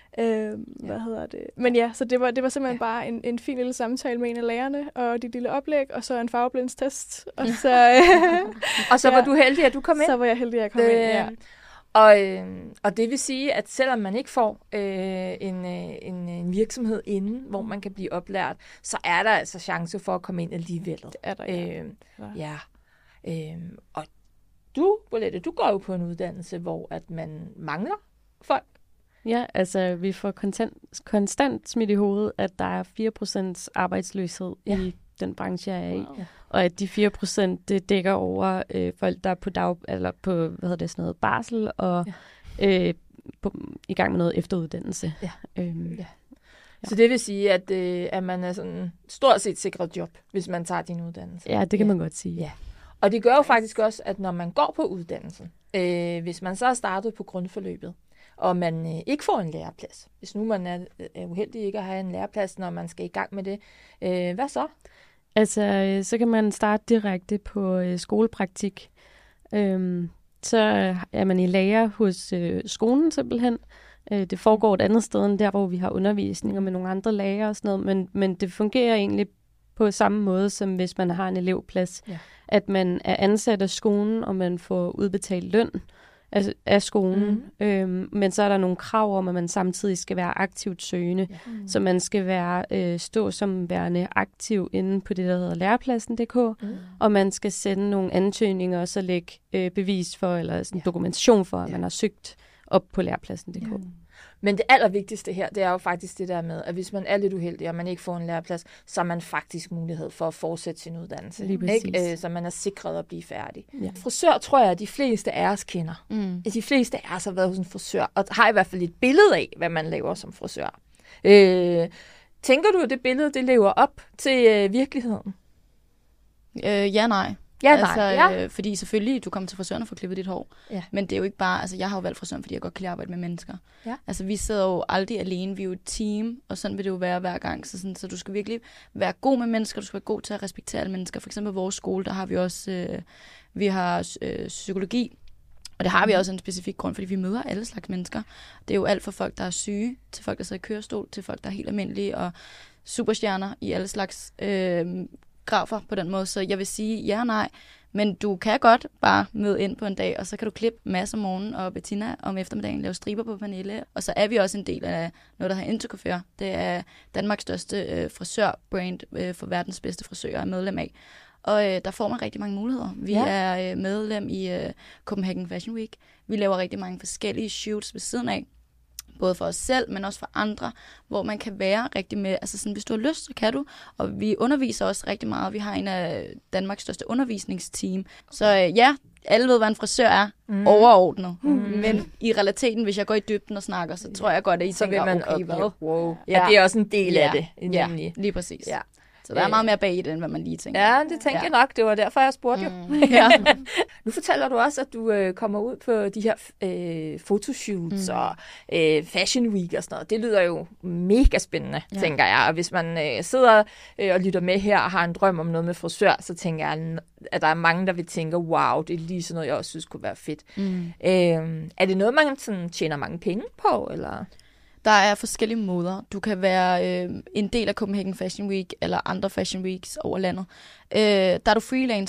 Men så det var simpelthen bare en fin lille samtale med en af lærerne, og dit lille oplæg, og så en farveblindstest. Og så var du heldig, at du kom ind? Så var jeg heldig, at jeg kom ind, ja. Og det vil sige, at selvom man ikke får en virksomhed inden, hvor man kan blive oplært, så er der altså chance for at komme ind alligevel. Det er der, og du, Bolette, du går jo på en uddannelse, hvor at man mangler folk. Ja, altså vi får konstant smidt i hovedet, at der er 4% arbejdsløshed i den branche, jeg er i. Og at de 4%, det dækker over folk, der er på barsel og i gang med noget efteruddannelse. Så det vil sige, at man er sådan stort set sikret job, hvis man tager din uddannelse. Ja, det kan man godt sige. Ja. Og det gør jo faktisk også, at når man går på uddannelsen, hvis man så er startet på grundforløbet, og man ikke får en læreplads, hvis nu man er uheldig ikke at have en læreplads, når man skal i gang med det, hvad så? Altså, så kan man starte direkte på skolepraktik. Så er man i lærer hos skolen simpelthen. Det foregår et andet sted end der, hvor vi har undervisninger med nogle andre lærere og sådan noget, men det fungerer egentlig på samme måde, som hvis man har en elevplads. Ja. At man er ansat af skolen, og man får udbetalt løn af skolen. Men så er der nogle krav om, at man samtidig skal være aktivt søgende. Ja. Så man skal stå som værende aktiv inde på det, der hedder lærepladsen.dk, og man skal sende nogle ansøgninger og så lægge bevis for, eller sådan dokumentation for, at man har søgt op på lærepladsen.dk. Ja. Men det allervigtigste her, det er jo faktisk det der med, at hvis man er lidt uheldig, og man ikke får en læreplads, så har man faktisk mulighed for at fortsætte sin uddannelse. Ikke? Så man er sikret at blive færdig. Ja. Frisør tror jeg, at de fleste af os kender. De fleste af os har været hos en frisør, og har i hvert fald et billede af, hvad man laver som frisør. Tænker du, at det billede det lever op til virkeligheden? Ja, nej. Fordi selvfølgelig, du kommer til frisøren og får klippet dit hår. Ja. Men det er jo ikke bare, altså jeg har jo valgt frisøren, fordi jeg godt kan lide at arbejde med mennesker. Ja. Altså vi sidder jo aldrig alene, vi er jo et team, og sådan vil det jo være hver gang. Så du skal virkelig være god med mennesker, du skal være god til at respektere alle mennesker. For eksempel vores skole, der har vi også, vi har psykologi, og det har vi også en specifik grund, fordi vi møder alle slags mennesker. Det er jo alt fra folk, der er syge, til folk, der sidder i kørestol, til folk, der er helt almindelige, og superstjerner i alle slags grafer på den måde, så jeg vil sige ja og nej, men du kan godt bare møde ind på en dag, og så kan du klippe Mads om morgenen og Bettina om eftermiddagen, lave striber på Pernille, og så er vi også en del af noget, der hedder Intercoiffure. Det er Danmarks største frisørbrand for verdens bedste frisører er medlem af. Og der får man rigtig mange muligheder. Vi er medlem i Copenhagen Fashion Week. Vi laver rigtig mange forskellige shoots ved siden af, både for os selv, men også for andre, hvor man kan være rigtig med, altså sådan, hvis du har lyst, så kan du, og vi underviser også rigtig meget. Vi har en af Danmarks største undervisningsteam, så alle ved, hvad en frisør er, overordnet. Men i realiteten, hvis jeg går i dybden og snakker, så tror jeg godt, at I så tænker, vil man okay, hvad? Wow. Ja, det er også en del af det, nemlig. Ja, lige præcis. Ja. Så der er meget mere bag i det, end hvad man lige tænker. Ja, det tænker jeg nok. Det var derfor, jeg spurgte jo. Nu fortæller du også, at du kommer ud på de her fotoshoots og fashion week og sådan noget. Det lyder jo mega spændende, tænker jeg. Og hvis man sidder og lytter med her og har en drøm om noget med frisør, så tænker jeg, at der er mange, der vil tænke, wow, det er lige sådan noget, jeg også synes kunne være fedt. Er det noget, man sådan tjener mange penge på, eller? Der er forskellige måder. Du kan være en del af Copenhagen Fashion Week eller andre Fashion Weeks over landet. Der er du freelancer,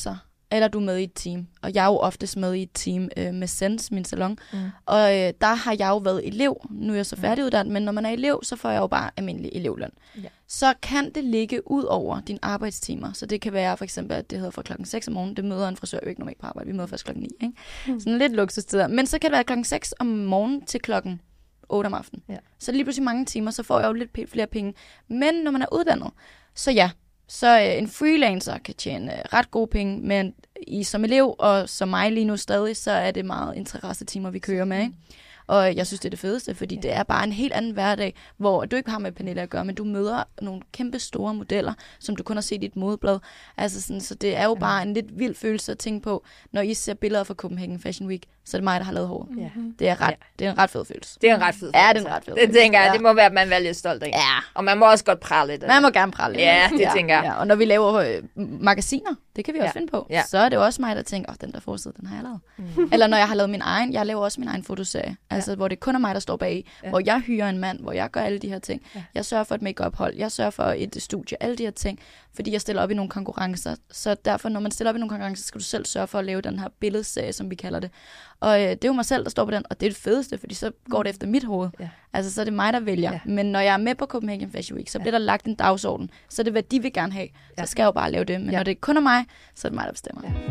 eller du er med i et team. Og jeg er jo oftest med i et team med Sense, min salon. Og der har jeg jo været elev. Nu er jeg så færdiguddannet, men når man er elev, så får jeg jo bare almindelig elevløn. Ja. Så kan det ligge ud over dine arbejdstimer. Så det kan være for eksempel, at det hedder fra klokken 6 om morgenen. Det møder en frisør jo ikke normalt på arbejde. Vi møder først klokken 9. Ikke? Sådan lidt luksustider. Men så kan det være klokken 6 om morgenen til klokken 8 om aftenen. Ja. Så lige pludselig mange timer, så får jeg jo lidt flere penge. Men når man er uddannet, så ja. Så en freelancer kan tjene ret gode penge, men som elev og som mig lige nu stadig, så er det meget interessetimer, vi kører med. Ikke? Og jeg synes, det er det fedeste, fordi det er bare en helt anden hverdag, hvor du ikke har med Pernille at gøre, men du møder nogle kæmpe store modeller, som du kun har set i et modeblad. Altså sådan, så det er jo bare en lidt vild følelse at tænke på, når I ser billeder fra Copenhagen Fashion Week, så er det mig, der har lavet hår. Ja. Det er en ret fed følelse. Det er en ret fed følelse. Ja, det er en ret fed følelse. Det tænker jeg, det må være, at man er lidt stolt af. Ja. Og man må også godt prale lidt. Man må gerne prale lidt. Ja, det tænker jeg. Ja. Og når vi laver magasiner, det kan vi også finde på, så er det også mig, der tænker, den der forside, den har jeg lavet. Eller når jeg har lavet min egen, jeg laver også min egen fotoserie, altså hvor det kun er mig, der står bag, hvor jeg hyrer en mand, hvor jeg gør alle de her ting. Jeg sørger for et make-up-hold, jeg sørger for et studie, alle de her ting, fordi jeg stiller op i nogle konkurrencer. Så derfor, når man stiller op i nogle konkurrencer, skal du selv sørge for at lave den her billedserie, som vi kalder det. Og det er jo mig selv, der står på den, og det er det fedeste, fordi så går det efter mit hoved. Ja. Altså, så er det mig, der vælger. Ja. Men når jeg er med på Copenhagen Fashion Week, så bliver der lagt en dagsorden. Så er det, hvad de vil gerne have. Så skal jeg jo bare lave det. Men når det kun er mig, så er det mig, der bestemmer. Ja.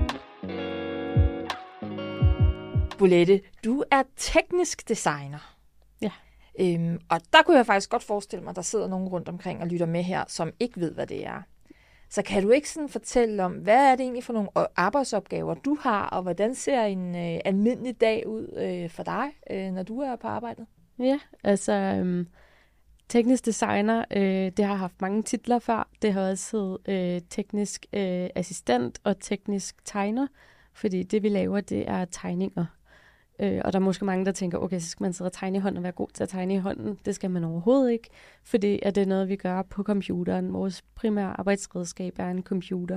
Bolette, du er teknisk designer. Ja. Og der kunne jeg faktisk godt forestille mig, at der sidder nogen rundt omkring og lytter med her, som ikke ved, hvad det er. Så kan du ikke sådan fortælle om, hvad er det egentlig for nogle arbejdsopgaver, du har, og hvordan ser en almindelig dag ud for dig, når du er på arbejdet? Ja, altså teknisk designer, det har haft mange titler før. Det har også heddet teknisk assistent og teknisk tegner, fordi det vi laver, det er tegninger. Og der er måske mange, der tænker, okay, så skal man sidde og tegne i hånden og være god til at tegne i hånden. Det skal man overhovedet ikke, fordi det er noget, vi gør på computeren. Vores primære arbejdsredskab er en computer.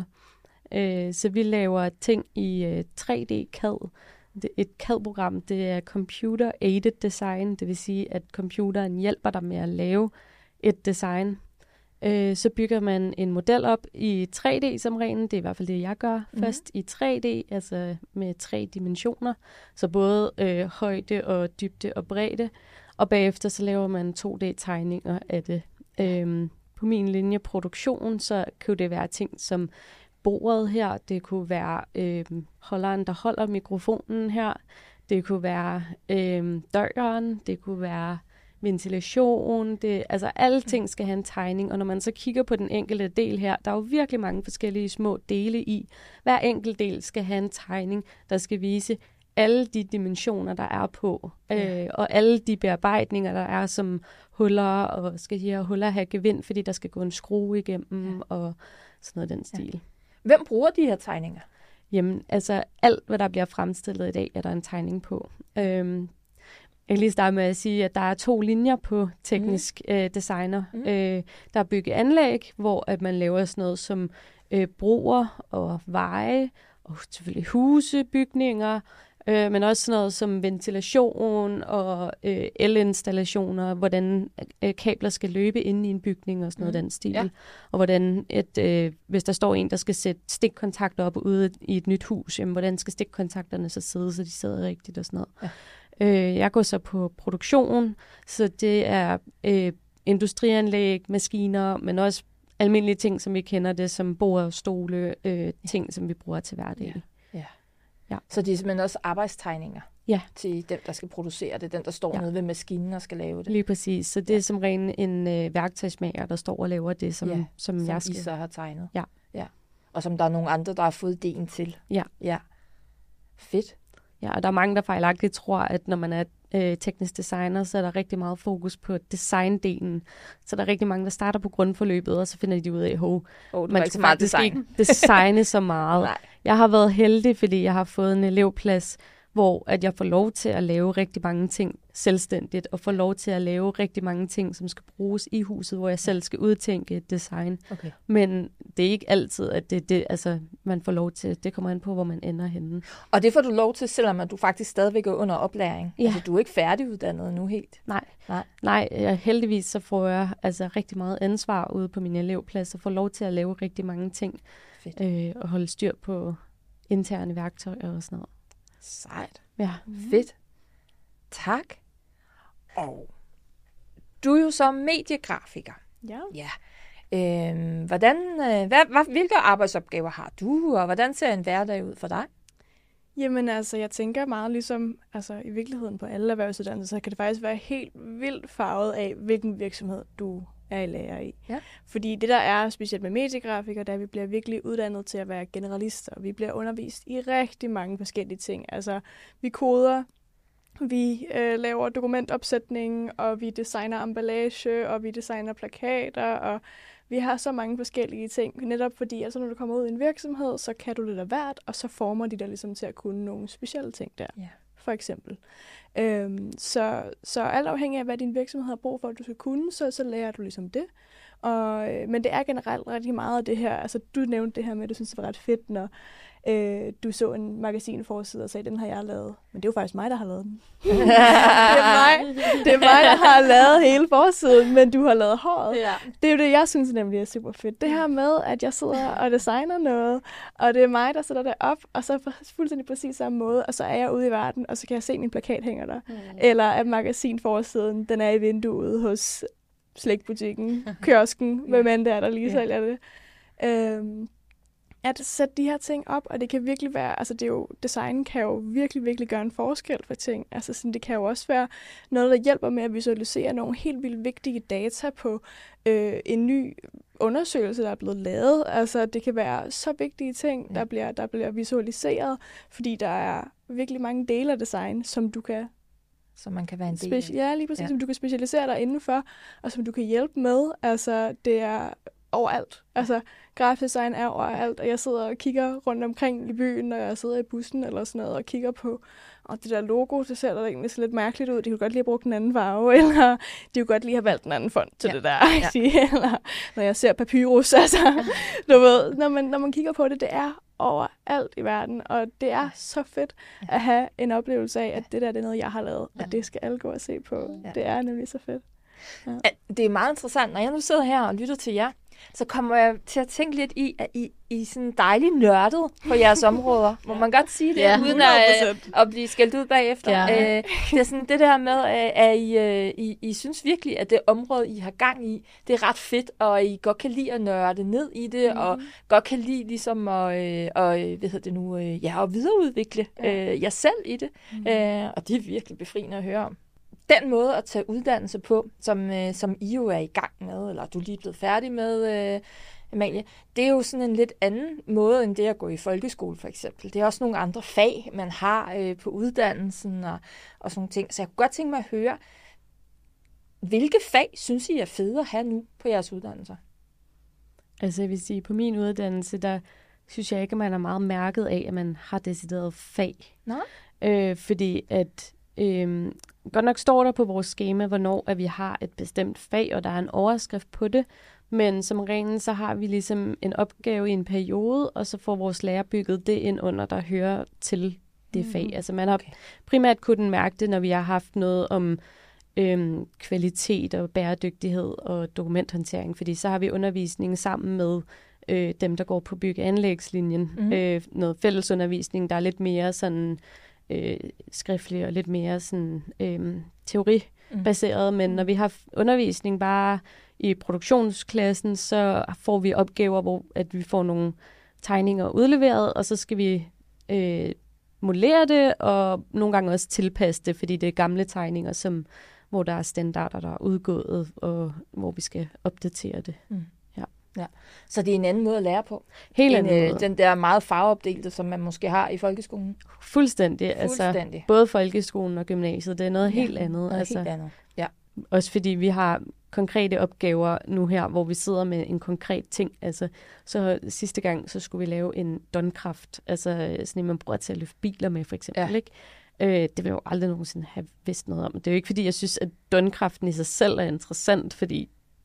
Så vi laver ting i 3D-CAD. Et CAD-program, det er Computer Aided Design, det vil sige, at computeren hjælper dig med at lave et design. Så bygger man en model op i 3D som regel. Det er i hvert fald det, jeg gør. Først i 3D, altså med 3 dimensioner. Så både højde og dybde og bredde. Og bagefter så laver man 2D-tegninger af det. På min linje produktion, så kunne det være ting som bordet her. Det kunne være holderen, der holder mikrofonen her. Det kunne være døren. Det kunne være ventilation, altså alle ting skal have en tegning, og når man så kigger på den enkelte del her, der er jo virkelig mange forskellige små dele i. Hver enkelt del skal have en tegning, der skal vise alle de dimensioner, der er på, og alle de bearbejdninger, der er som huller, og skal de her huller have gevind, fordi der skal gå en skrue igennem, og sådan noget den stil. Hvem bruger de her tegninger? Jamen, altså alt, hvad der bliver fremstillet i dag, er der en tegning på. Jeg kan lige starte med at sige, at der er 2 linjer på teknisk designer. Der er byggeanlæg, hvor at man laver sådan noget som broer og veje, og selvfølgelig huse, bygninger, men også sådan noget som ventilation og elinstallationer, hvordan kabler skal løbe inde i en bygning og sådan noget den stil. Ja. Og hvordan, hvis der står en, der skal sætte stikkontakter op ude i et nyt hus, jamen, hvordan skal stikkontakterne så sidde, så de sidder rigtigt og sådan noget. Ja. Jeg går så på produktion, så det er industrianlæg, maskiner, men også almindelige ting, som vi kender det, som bord, stole, ting, som vi bruger til hverdag. Ja. Så det er simpelthen også arbejdstegninger til dem, der skal producere det, den, der står nede ved maskinen og skal lave det. Lige præcis, så det er som rent en værktøjsmager, der står og laver det, som jeg skal. I så har tegnet. Ja. Og som der er nogle andre, der har fået idéen til. Ja. Fedt. Ja, og der er mange, der fejlagtigt tror, at når man er teknisk designer, så er der rigtig meget fokus på designdelen. Så der er rigtig mange, der starter på grundforløbet, og så finder de ud af, at man skal faktisk ikke designe så meget. Jeg har været heldig, fordi jeg har fået en elevplads, hvor at jeg får lov til at lave rigtig mange ting selvstændigt, og får lov til at lave rigtig mange ting, som skal bruges i huset, hvor jeg selv skal udtænke et design. Okay. Men det er ikke altid, at det altså, man får lov til. Det kommer an på, hvor man ender henne. Og det får du lov til, selvom at du faktisk stadigvæk er under oplæring? Ja. Altså, du er ikke færdiguddannet nu helt? Nej, heldigvis så får jeg altså rigtig meget ansvar ude på min elevplads, og får lov til at lave rigtig mange ting. Og holde styr på interne værktøjer og sådan noget. Sejt. Ja. Fedt. Tak. Og du er jo så mediegrafiker. Ja. Ja. Hvilke arbejdsopgaver har du, og hvordan ser en hverdag ud for dig? Jamen altså, jeg tænker meget ligesom, altså i virkeligheden på alle erhvervsuddannelser, så kan det faktisk være helt vildt farvet af, hvilken virksomhed du er i lærer i. Ja. Fordi det der er specielt med mediegrafikere, der vi bliver virkelig uddannet til at være generalister. Vi bliver undervist i rigtig mange forskellige ting. Altså, vi koder, vi laver dokumentopsætning, og vi designer emballage, og vi designer plakater, og vi har så mange forskellige ting, netop fordi, altså når du kommer ud i en virksomhed, så kan du lidt af hvert, og så former de dig ligesom til at kunne nogle specielle ting der, for eksempel. Så alt afhængig af, hvad din virksomhed har brug for, at du skal kunne, så lærer du ligesom det. Men det er generelt rigtig meget af det her, altså du nævnte det her med, at du synes, det var ret fedt, når du så en magasinforside og sagde, den har jeg lavet. Men det er jo faktisk mig, der har lavet den. Det er mig, der har lavet hele forsiden, men du har lavet håret. Ja. Det er jo det, jeg synes nemlig er super fedt. Det her med, at jeg sidder og designer noget, og det er mig, der sætter det op, og så på fuldstændig præcis samme måde, og så er jeg ude i verden, og så kan jeg se, at min plakat hænger der. Eller at magasinforsiden, den er i vinduet hos slikbutikken, kiosken, hvem end det er, der lige sælger det. At sætte de her ting op, og det kan virkelig være, altså det er jo, design kan jo virkelig, virkelig gøre en forskel for ting. Altså sådan, det kan jo også være noget, der hjælper med at visualisere nogle helt vildt vigtige data på en ny undersøgelse, der er blevet lavet. Altså det kan være så vigtige ting, der bliver visualiseret, fordi der er virkelig mange dele af design, som du kan som man kan være en del af. Ja, lige præcis, som du kan specialisere dig indenfor, og som du kan hjælpe med. Altså det er overalt. Altså, grafisk design er overalt, og jeg sidder og kigger rundt omkring i byen, når jeg sidder i bussen eller sådan noget, og kigger på, og det der logo, det ser da egentlig så lidt mærkeligt ud. De kunne godt lige have brugt en anden farve, eller de kunne godt lige have valgt en anden font til det der. Eller når jeg ser papyrus, altså, du ved, når man kigger på det, det er overalt i verden, og det er så fedt at have en oplevelse af, at det der det er noget, jeg har lavet, og det skal alle gå og se på. Det er nemlig så fedt. Ja. Det er meget interessant. Når jeg nu sidder her og lytter til jer, så kommer jeg til at tænke lidt i, at I er sådan dejligt nørdet på jeres områder. Må man godt sige det, uden at blive skældt ud bagefter? Ja. Det er sådan det der med, at I synes virkelig, at det område, I har gang i, det er ret fedt, og I godt kan lide at nørde ned i det, og godt kan lide ligesom at videreudvikle jer selv i det. Og det er virkelig befriende at høre om. Den måde at tage uddannelse på, som I jo er i gang med, eller du lige er blevet færdig med, Amalie, det er jo sådan en lidt anden måde, end det at gå i folkeskole for eksempel. Det er også nogle andre fag, man har på uddannelsen og sådan nogle ting. Så jeg kunne godt tænke mig at høre, hvilke fag synes I er fede at have nu på jeres uddannelser? Altså jeg vil sige, på min uddannelse, der synes jeg ikke, at man er meget mærket af, at man har decideret fag. Nej. Fordi at godt nok står der på vores skema, hvornår at vi har et bestemt fag, og der er en overskrift på det, men som regel så har vi ligesom en opgave i en periode, og så får vores lærer bygget det ind under, der hører til det fag. Altså man har primært kunnet mærke det, når vi har haft noget om kvalitet og bæredygtighed og dokumenthåndtering, fordi så har vi undervisning sammen med dem, der går på bygge-anlægslinjen. Noget fællesundervisning, der er lidt mere sådan skriftlig og lidt mere sådan teoribaseret, men når vi har undervisning bare i produktionsklassen, så får vi opgaver, hvor at vi får nogle tegninger udleveret, og så skal vi modellere det, og nogle gange også tilpasse det, fordi det er gamle tegninger, hvor der er standarder, der er udgået, og hvor vi skal opdatere det. Ja. Så det er en anden måde at lære på. Helt anden måde. Den der meget farveopdelte, som man måske har i folkeskolen. Fuldstændig. Altså, både folkeskolen og gymnasiet, det er noget helt andet. Noget helt andet. Ja. Også fordi vi har konkrete opgaver nu her, hvor vi sidder med en konkret ting. Altså, så sidste gang, så skulle vi lave en Donkraft, altså sådan en, man bruger til at løfte biler med, for eksempel. Ikke? Det vil jeg jo aldrig nogensinde have vidst noget om. Det er jo ikke, fordi jeg synes, at Donkraften i sig selv er interessant, fordi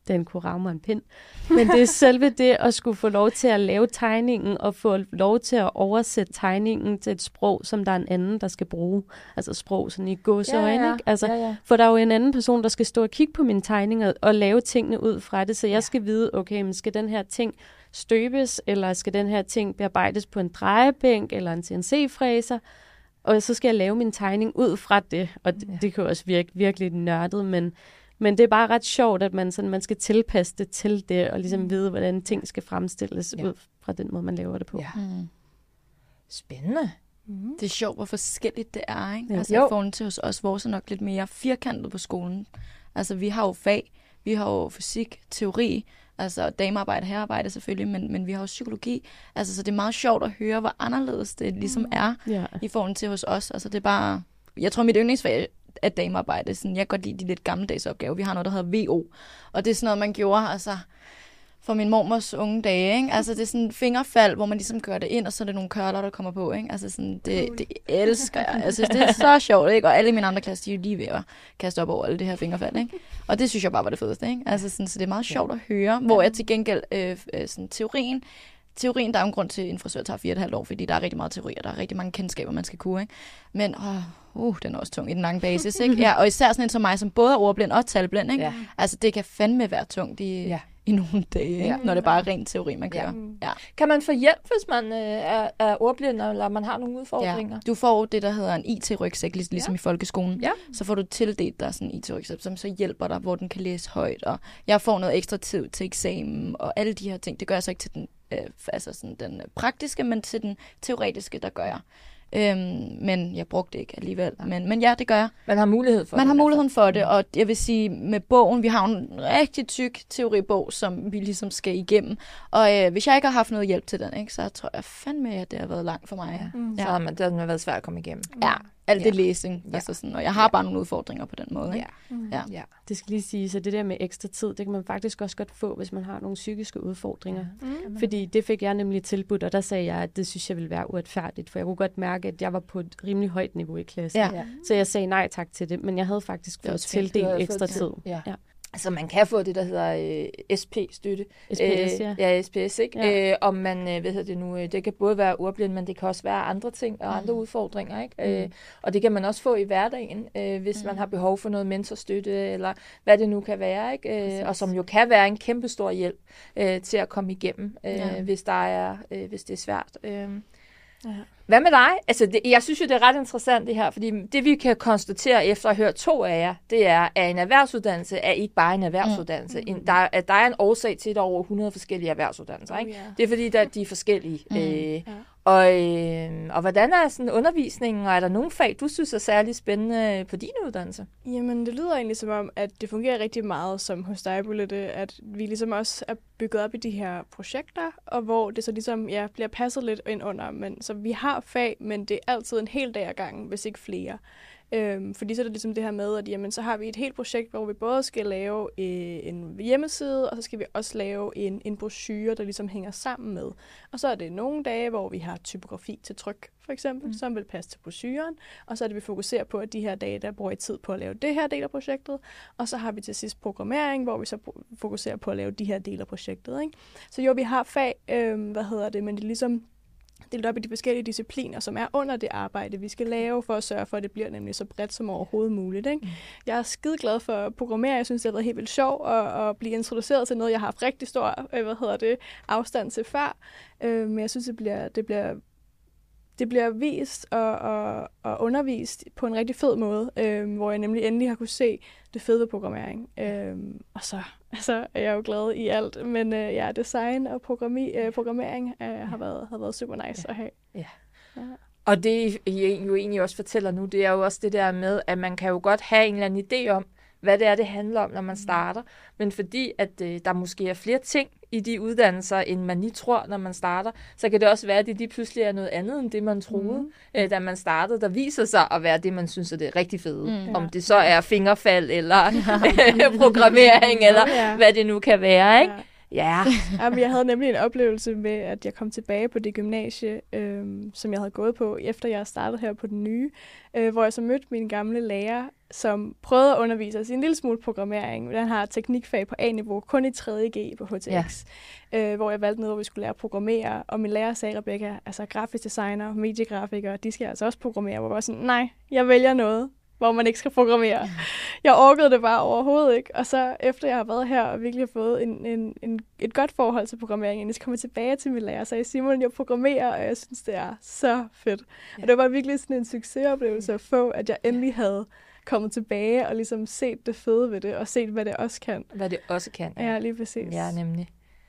den kunne rage mig en pind. Men det er selve det at skulle få lov til at lave tegningen, og få lov til at oversætte tegningen til et sprog, som der er en anden, der skal bruge. Altså sprog sådan i gåseøjne, ikke? Altså, for der er jo en anden person, der skal stå og kigge på mine tegninger og lave tingene ud fra det, så jeg skal vide, okay, men skal den her ting støbes, eller skal den her ting bearbejdes på en drejebænk, eller en CNC-fræser, og så skal jeg lave min tegning ud fra det, og det kan jo også virke virkelig nørdet, men det er bare ret sjovt, at man skal tilpasse det til det, og ligesom vide, hvordan ting skal fremstilles ud fra den måde, man laver det på. Ja. Spændende. Det er sjovt, hvor forskelligt det er, ikke? Ja. Altså, i forhold til hos os, vores er nok lidt mere firkantet på skolen. Altså, vi har jo fag, vi har jo fysik, teori, altså damearbejde, herrearbejde selvfølgelig, men vi har jo psykologi. Altså, så det er meget sjovt at høre, hvor anderledes det ligesom er i forhold til hos os. Altså, det er bare... Jeg tror, mit yndlingsfag er damearbejde. Sådan, jeg kan godt lide de lidt gammeldags opgaver. Vi har noget, der hedder VO, og det er sådan noget, man gjorde, altså... for min mormors unge dage, ikke? Altså, det er sådan fingerfald, hvor man ligesom gør det ind, og så er det nogle kørler, der kommer på, ikke? Altså, sådan, det elsker jeg. Altså, det er så sjovt, ikke? Og alle i mine andre klasser, de er jo lige ved at kaste op over alle det her fingerfald, ikke? Og det synes jeg bare var det fedeste, ikke? Altså, sådan, så det er meget sjovt at høre, hvor jeg til gengæld, sådan, teorien, der er jo en grund til, at en frisør tager 4,5 år, fordi der er rigtig meget teori, og der er rigtig mange kendskaber, man skal kunne, ikke? Men, den er også tung i den lange basis, ikke? Ja, og især sådan en som mig, som både er ordblind og talblind, ikke? Ja. Altså, det kan fandme være tungt i nogle dage, ikke? Når det bare er ren teori, man kører. Ja. Kan man få hjælp, hvis man er ordblind, eller man har nogle udfordringer? Ja. Du får det, der hedder en IT-rygsæk, ligesom i folkeskolen. Ja. Så får du tildelt dig sådan en IT-rygsæk, som så hjælper dig, hvor den kan læse højt. Og jeg får noget ekstra tid til eksamen, og alle de her ting. Det gør jeg så ikke til den, altså sådan den praktiske, men til den teoretiske, der gør jeg. Men jeg brugte det ikke alligevel. Men ja, det gør jeg. Man har mulighed for Man har muligheden for det, og jeg vil sige, med bogen, vi har en rigtig tyk teoribog, som vi ligesom skal igennem. Og hvis jeg ikke har haft noget hjælp til den, ikke, så tror jeg fandme, at det har været langt for mig. Så har det har været svært at komme igennem. Ja, alt det læsning. Altså sådan, og jeg har bare nogle udfordringer på den måde. Ikke? Ja. Det skal lige sige, så det der med ekstra tid, det kan man faktisk også godt få, hvis man har nogle psykiske udfordringer. Fordi det fik jeg nemlig tilbudt, og der sagde jeg, at det synes jeg ville være uretfærdigt, for jeg kunne godt mærke, at jeg var på et rimelig højt niveau i klassen. Ja. Så jeg sagde nej tak til det, men jeg havde faktisk fået tildelt ekstra tid. Ja. Altså man kan få det, der hedder SP-støtte. SPS, ja, SPS, ikke? Ja. Om man, det kan både være ordblind, men det kan også være andre ting og andre udfordringer, ikke? Og det kan man også få i hverdagen, hvis man har behov for noget mentorstøtte, eller hvad det nu kan være, ikke? Og som jo kan være en kæmpe stor hjælp til at komme igennem, hvis det er svært. Hvad med dig? Altså, jeg synes jo, det er ret interessant det her, fordi det vi kan konstatere efter at have hørt 2 af jer, det er, at en erhvervsuddannelse er ikke bare en erhvervsuddannelse. Der er en årsag til, at der er over 100 forskellige erhvervsuddannelser. Ikke? Det er fordi, de er forskellige. Og hvordan er sådan undervisningen, og er der nogle fag, du synes er særlig spændende på din uddannelse? Jamen, det lyder egentlig som om, at det fungerer rigtig meget som hos dig, Bullette, at vi ligesom også er bygget op i de her projekter, og hvor det så ligesom bliver passet lidt ind under. Men så vi har fag, men det er altid en hel dag ad gangen, hvis ikke flere. Fordi så er det ligesom det her med, at jamen, så har vi et helt projekt, hvor vi både skal lave en hjemmeside, og så skal vi også lave en brochure, der ligesom hænger sammen med. Og så er det nogle dage, hvor vi har typografi til tryk, for eksempel, som vil passe til brochuren. Og så er det, vi fokuserer på, at de her dage, der bruger I tid på at lave det her del af projektet. Og så har vi til sidst programmering, hvor vi så fokuserer på at lave de her dele af projektet. Ikke? Så jo, vi har fag, men det er ligesom delt op i de forskellige discipliner, som er under det arbejde, vi skal lave, for at sørge for, at det bliver nemlig så bredt som overhovedet muligt. Ikke? Jeg er skide glad for at programmere. Jeg synes, det har været helt vildt sjovt at blive introduceret til noget, jeg har haft rigtig stor afstand til før. Men jeg synes, det bliver vist og undervist på en rigtig fed måde, hvor jeg nemlig endelig har kunne se det fede ved programmering. Og så er jeg jo glad i alt, men design og programmering har været super nice at have. Ja. Og det I jo egentlig også fortæller nu, det er jo også det der med, at man kan jo godt have en eller anden idé om, hvad det handler om, når man starter. Men fordi, at der måske er flere ting i de uddannelser, end man lige tror, når man starter, så kan det også være, at det lige pludselig er noget andet, end det man troede, da man startede, der viser sig at være det, man synes er det rigtig fede. Om det så er fingerfald, eller programmering, eller hvad det nu kan være, ikke? Ja. Jamen, jeg havde nemlig en oplevelse med, at jeg kom tilbage på det gymnasie, som jeg havde gået på, efter jeg startede her på den nye, hvor jeg så mødte min gamle lærer, som prøvede at undervise os i en lille smule programmering. Den har teknikfag på A-niveau, kun i 3.G på HTX, hvor jeg valgte noget, hvor vi skulle lære at programmere. Og min lærer sagde, Rebecca, altså grafisk designer, mediegrafikere, de skal altså også programmere. Hvor jeg var sådan, nej, jeg vælger noget, hvor man ikke skal programmere. Jeg orkede det bare overhovedet ikke. Og så efter jeg har været her og virkelig har fået et godt forhold til programmeringen, så kom jeg tilbage til min lærer og sagde, Simon, jeg programmerer, og jeg synes, det er så fedt. Ja. Og det var virkelig sådan en succesoplevelse at få, at jeg endelig havde kommet tilbage og ligesom set det fede ved det, og set, hvad det også kan. Hvad det også kan. Ja, lige præcis. Ja, nemlig.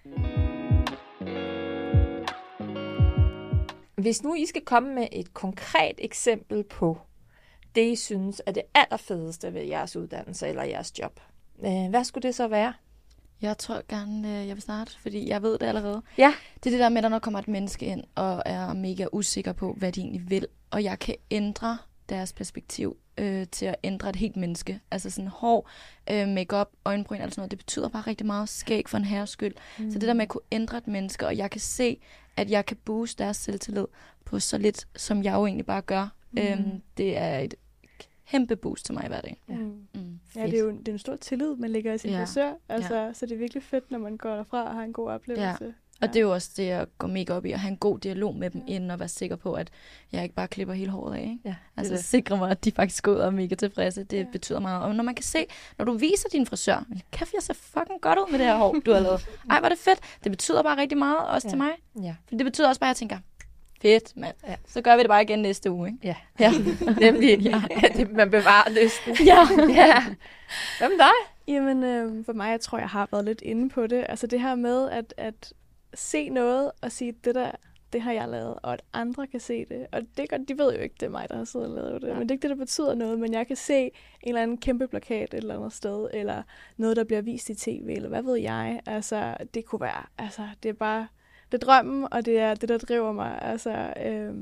Hvis nu I skal komme med et konkret eksempel på det, I synes er det allerfedeste ved jeres uddannelse eller jeres job, hvad skulle det så være? Jeg tror gerne, jeg vil starte, fordi jeg ved det allerede. Ja. Det er det der med, at når kommer et menneske ind og er mega usikker på, hvad de egentlig vil, og jeg kan ændre deres perspektiv til at ændre et helt menneske. Altså sådan hår, makeup, øjenbryn, eller sådan noget, det betyder bare rigtig meget skæg for en herres skyld. Så det der med at kunne ændre et menneske, og jeg kan se, at jeg kan booste deres selvtillid på så lidt, som jeg jo egentlig bare gør. Det er et kæmpe boost til mig hver dag. Ja, det er en stor tillid, man lægger i sin frisør. Altså, så det er virkelig fedt, når man går derfra og har en god oplevelse. Ja. Og det er jo også det, jeg går mega op i, at have en god dialog med dem inden, og være sikker på, at jeg ikke bare klipper hele håret af. Ikke? Ja, altså sikre mig, at de faktisk går ud og er mega tilfredse. Det betyder meget. Og når man kan se, når du viser din frisør, kæft, jeg ser fucking godt ud med det her hår, du har lavet. Ej, hvor er det fedt. Det betyder bare rigtig meget, også til mig. Ja. For det betyder også bare, at jeg tænker, fedt, mand. Ja. Så gør vi det bare igen næste uge, ikke? Ja. Nemlig. Man bevarer lysten. Ja. Hvad med dig? Jamen, for mig, jeg tror, jeg har været lidt inde på det. Altså det her med at se noget og sige, det har jeg lavet, og at andre kan se det. Og det er godt, de ved jo ikke, det er mig, der har siddet og lavet det. Ja. Men det er ikke det, der betyder noget. Men jeg kan se en eller anden kæmpe plakat et eller andet sted, eller noget, der bliver vist i tv, eller hvad ved jeg. Altså, det kunne være, altså, det er bare, det er drømmen, og det er det, der driver mig. Altså,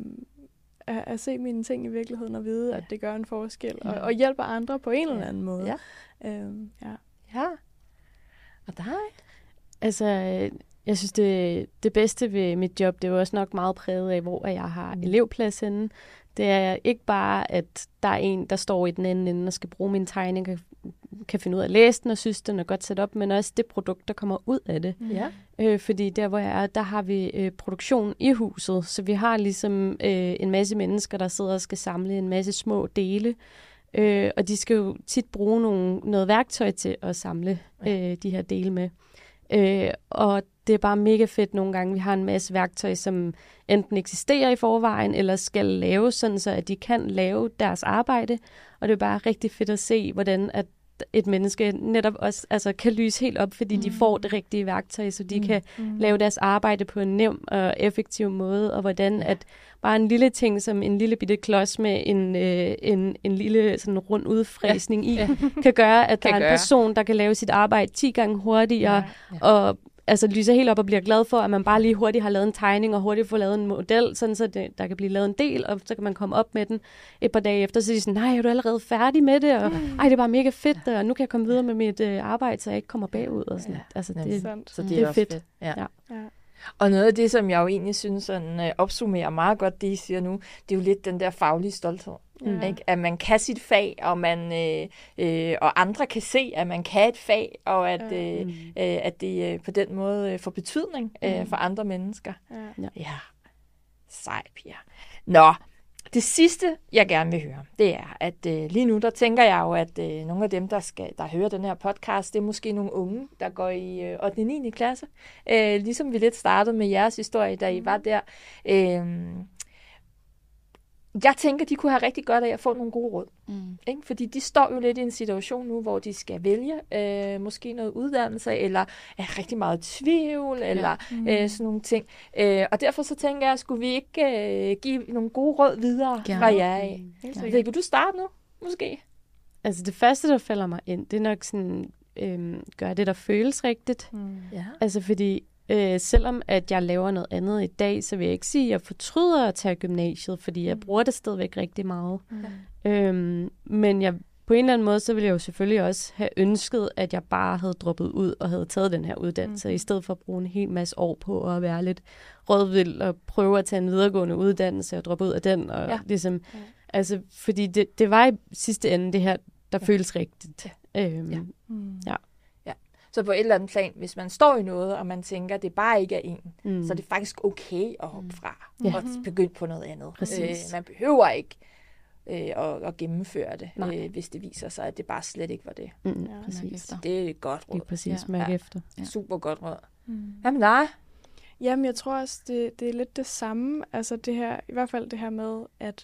at se mine ting i virkeligheden og vide, at det gør en forskel. Og hjælper andre på en eller anden måde. Ja. Og dig? Altså, jeg synes, det bedste ved mit job, det er jo også nok meget præget af, hvor jeg har elevplads henne. Det er ikke bare, at der er en, der står i den anden ende og skal bruge min tegning, kan finde ud af at læse den og synes, den er godt sat op, men også det produkt, der kommer ud af det. Ja. Fordi der, hvor jeg er, der har vi produktion i huset, så vi har ligesom en masse mennesker, der sidder og skal samle en masse små dele, og de skal jo tit bruge noget værktøj til at samle de her dele med. Og det er bare mega fedt nogle gange. Vi har en masse værktøj, som enten eksisterer i forvejen, eller skal laves, sådan så at de kan lave deres arbejde. Og det er bare rigtig fedt at se, hvordan at et menneske netop også kan lyse helt op, fordi de får det rigtige værktøj, så de kan lave deres arbejde på en nem og effektiv måde, og hvordan at bare en lille ting, som en lille bitte klods med en lille sådan rund udfræsning i, kan gøre, at der er en person, der kan lave sit arbejde 10 gange hurtigere, og altså lyser helt op og bliver glad for, at man bare lige hurtigt har lavet en tegning, og hurtigt får lavet en model, sådan så der kan blive lavet en del, og så kan man komme op med den et par dage efter, så er de sådan, nej, er du allerede færdig med det? Og det er bare mega fedt, og nu kan jeg komme videre med mit arbejde, så jeg ikke kommer bagud. Og sådan. Altså, det er fedt. Ja. Og noget af det, som jeg jo egentlig synes sådan, opsummerer meget godt, det I siger nu, det er jo lidt den der faglige stolthed. Ikke? At man kan sit fag, og og andre kan se, at man kan et fag, og at det på den måde får betydning for andre mennesker. Ja. Sej, Pia. Nå, det sidste, jeg gerne vil høre, det er, at lige nu, der tænker jeg jo, at nogle af dem, der hører den her podcast, det er måske nogle unge, der går i 8. og 9. klasse. Ligesom vi lidt startede med jeres historie, da I var der. Jeg tænker, de kunne have rigtig godt af at få nogle gode råd. Ikke? Fordi de står jo lidt i en situation nu, hvor de skal vælge måske noget uddannelse, eller er rigtig meget tvivl, eller sådan nogle ting. Og derfor så tænker jeg, skulle vi ikke give nogle gode råd videre fra jer af? Vil du starte nu, måske? Altså det første, der falder mig ind, det er nok sådan, gøre det, der føles rigtigt. Ja. Altså fordi selvom at jeg laver noget andet i dag, så vil jeg ikke sige, at jeg fortryder at tage gymnasiet, fordi jeg bruger det stadigvæk rigtig meget. Men jeg på en eller anden måde, så ville jeg jo selvfølgelig også have ønsket, at jeg bare havde droppet ud og havde taget den her uddannelse, i stedet for at bruge en hel masse år på at være lidt rødvild og prøve at tage en videregående uddannelse og droppe ud af den. Og ligesom, altså, fordi det var i sidste ende det her, der føles rigtigt. Ja. Så på et eller andet plan, hvis man står i noget, og man tænker, at det bare ikke er en, så er det faktisk okay at hoppe fra og begynde på noget andet. Man behøver ikke at gennemføre det, hvis det viser sig, at det bare slet ikke var det. Præcis. Det er et godt råd. Det er præcis, mærke efter. Super godt råd. Hvad med dig? Jamen, jeg tror også, det er lidt det samme. Altså det her, i hvert fald det her med at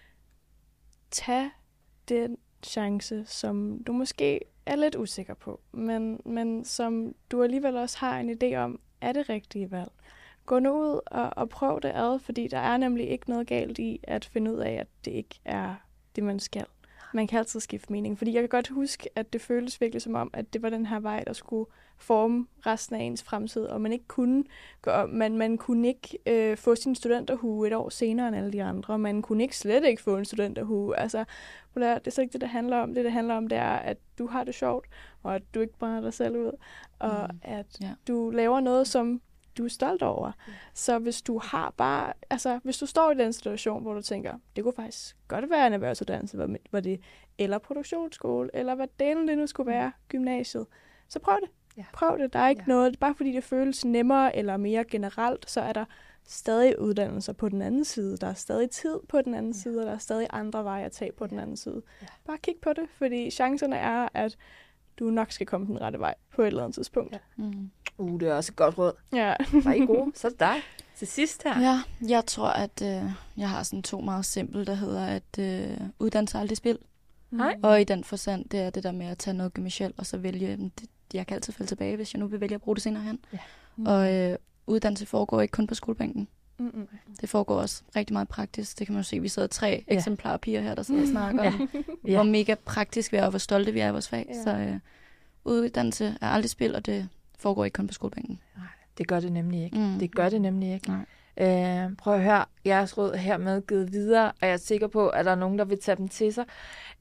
tage den chance, som du måske er lidt usikker på, men som du alligevel også har en idé om, er det rigtige valg. Gå nu ud og prøv det ad, fordi der er nemlig ikke noget galt i at finde ud af, at det ikke er det, man skal. Man kan altid skifte mening, fordi jeg kan godt huske, at det føltes virkelig som om, at det var den her vej, der skulle forme resten af ens fremtid, og man ikke kunne man kunne ikke få sin studenterhue et år senere end alle de andre, man kunne slet ikke få en studenterhue. Altså, det er så ikke det handler om. Det handler om, det er, at du har det sjovt, og at du ikke brænder dig selv ud, og at du laver noget, som du er stolt over. Så hvis du hvis du står i den situation, hvor du tænker, det kunne faktisk godt være en erhvervsuddannelse, var det, eller produktionsskole, eller hvad delen det nu skulle være, gymnasiet, så prøv det. Ja. Prøv det. Der er ikke noget, bare fordi det føles nemmere eller mere generelt, så er der stadig uddannelser på den anden side. Der er stadig tid på den anden side, og der er stadig andre veje at tage på den anden side. Ja. Bare kig på det, fordi chancerne er, at du nok skal komme den rette vej på et eller andet tidspunkt. Ja. Det er også et godt råd. Ja. Var I gode? Så er det dig. Til sidst her. Ja, jeg tror, at jeg har sådan 2 meget simple, der hedder, at uddannelse aldrig spil. Og i den forstand, det er det der med at tage noget gymnasielt, og så vælge, jeg kan altid falde tilbage, hvis jeg nu vil vælge at bruge det senere hen. Ja. Og uddannelse foregår ikke kun på skolebænken. Det foregår også rigtig meget praktisk. Det kan man jo se. Vi sidder 3 eksemplarpiger her, der sidder og snakker om, hvor mega praktisk vi er, og hvor stolte vi er i vores fag. Ja. Så uddannelse er aldrig spil, og det foregår ikke kun på skolebænken. Nej, det gør det nemlig ikke. Det gør det nemlig ikke. Prøv at høre, jeres råd hermed givet videre, og jeg er sikker på, at der er nogen, der vil tage dem til sig.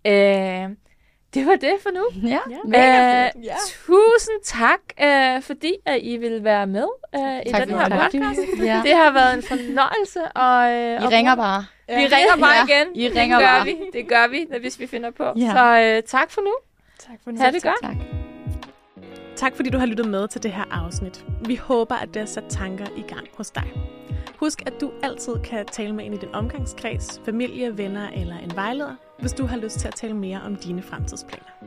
Det var det for nu. Ja. Tusind tak, fordi at I ville være med i den her podcast. Ja. Det har været en fornøjelse. I ringer bare. Vi ringer bare igen. I ringer bare. Det gør vi, hvis vi finder på. Ja. Så tak for nu. Tak for nu. Ha' det godt. Tak. Tak fordi du har lyttet med til det her afsnit. Vi håber, at det har sat tanker i gang hos dig. Husk, at du altid kan tale med en i din omgangskreds, familie, venner eller en vejleder, hvis du har lyst til at tale mere om dine fremtidsplaner.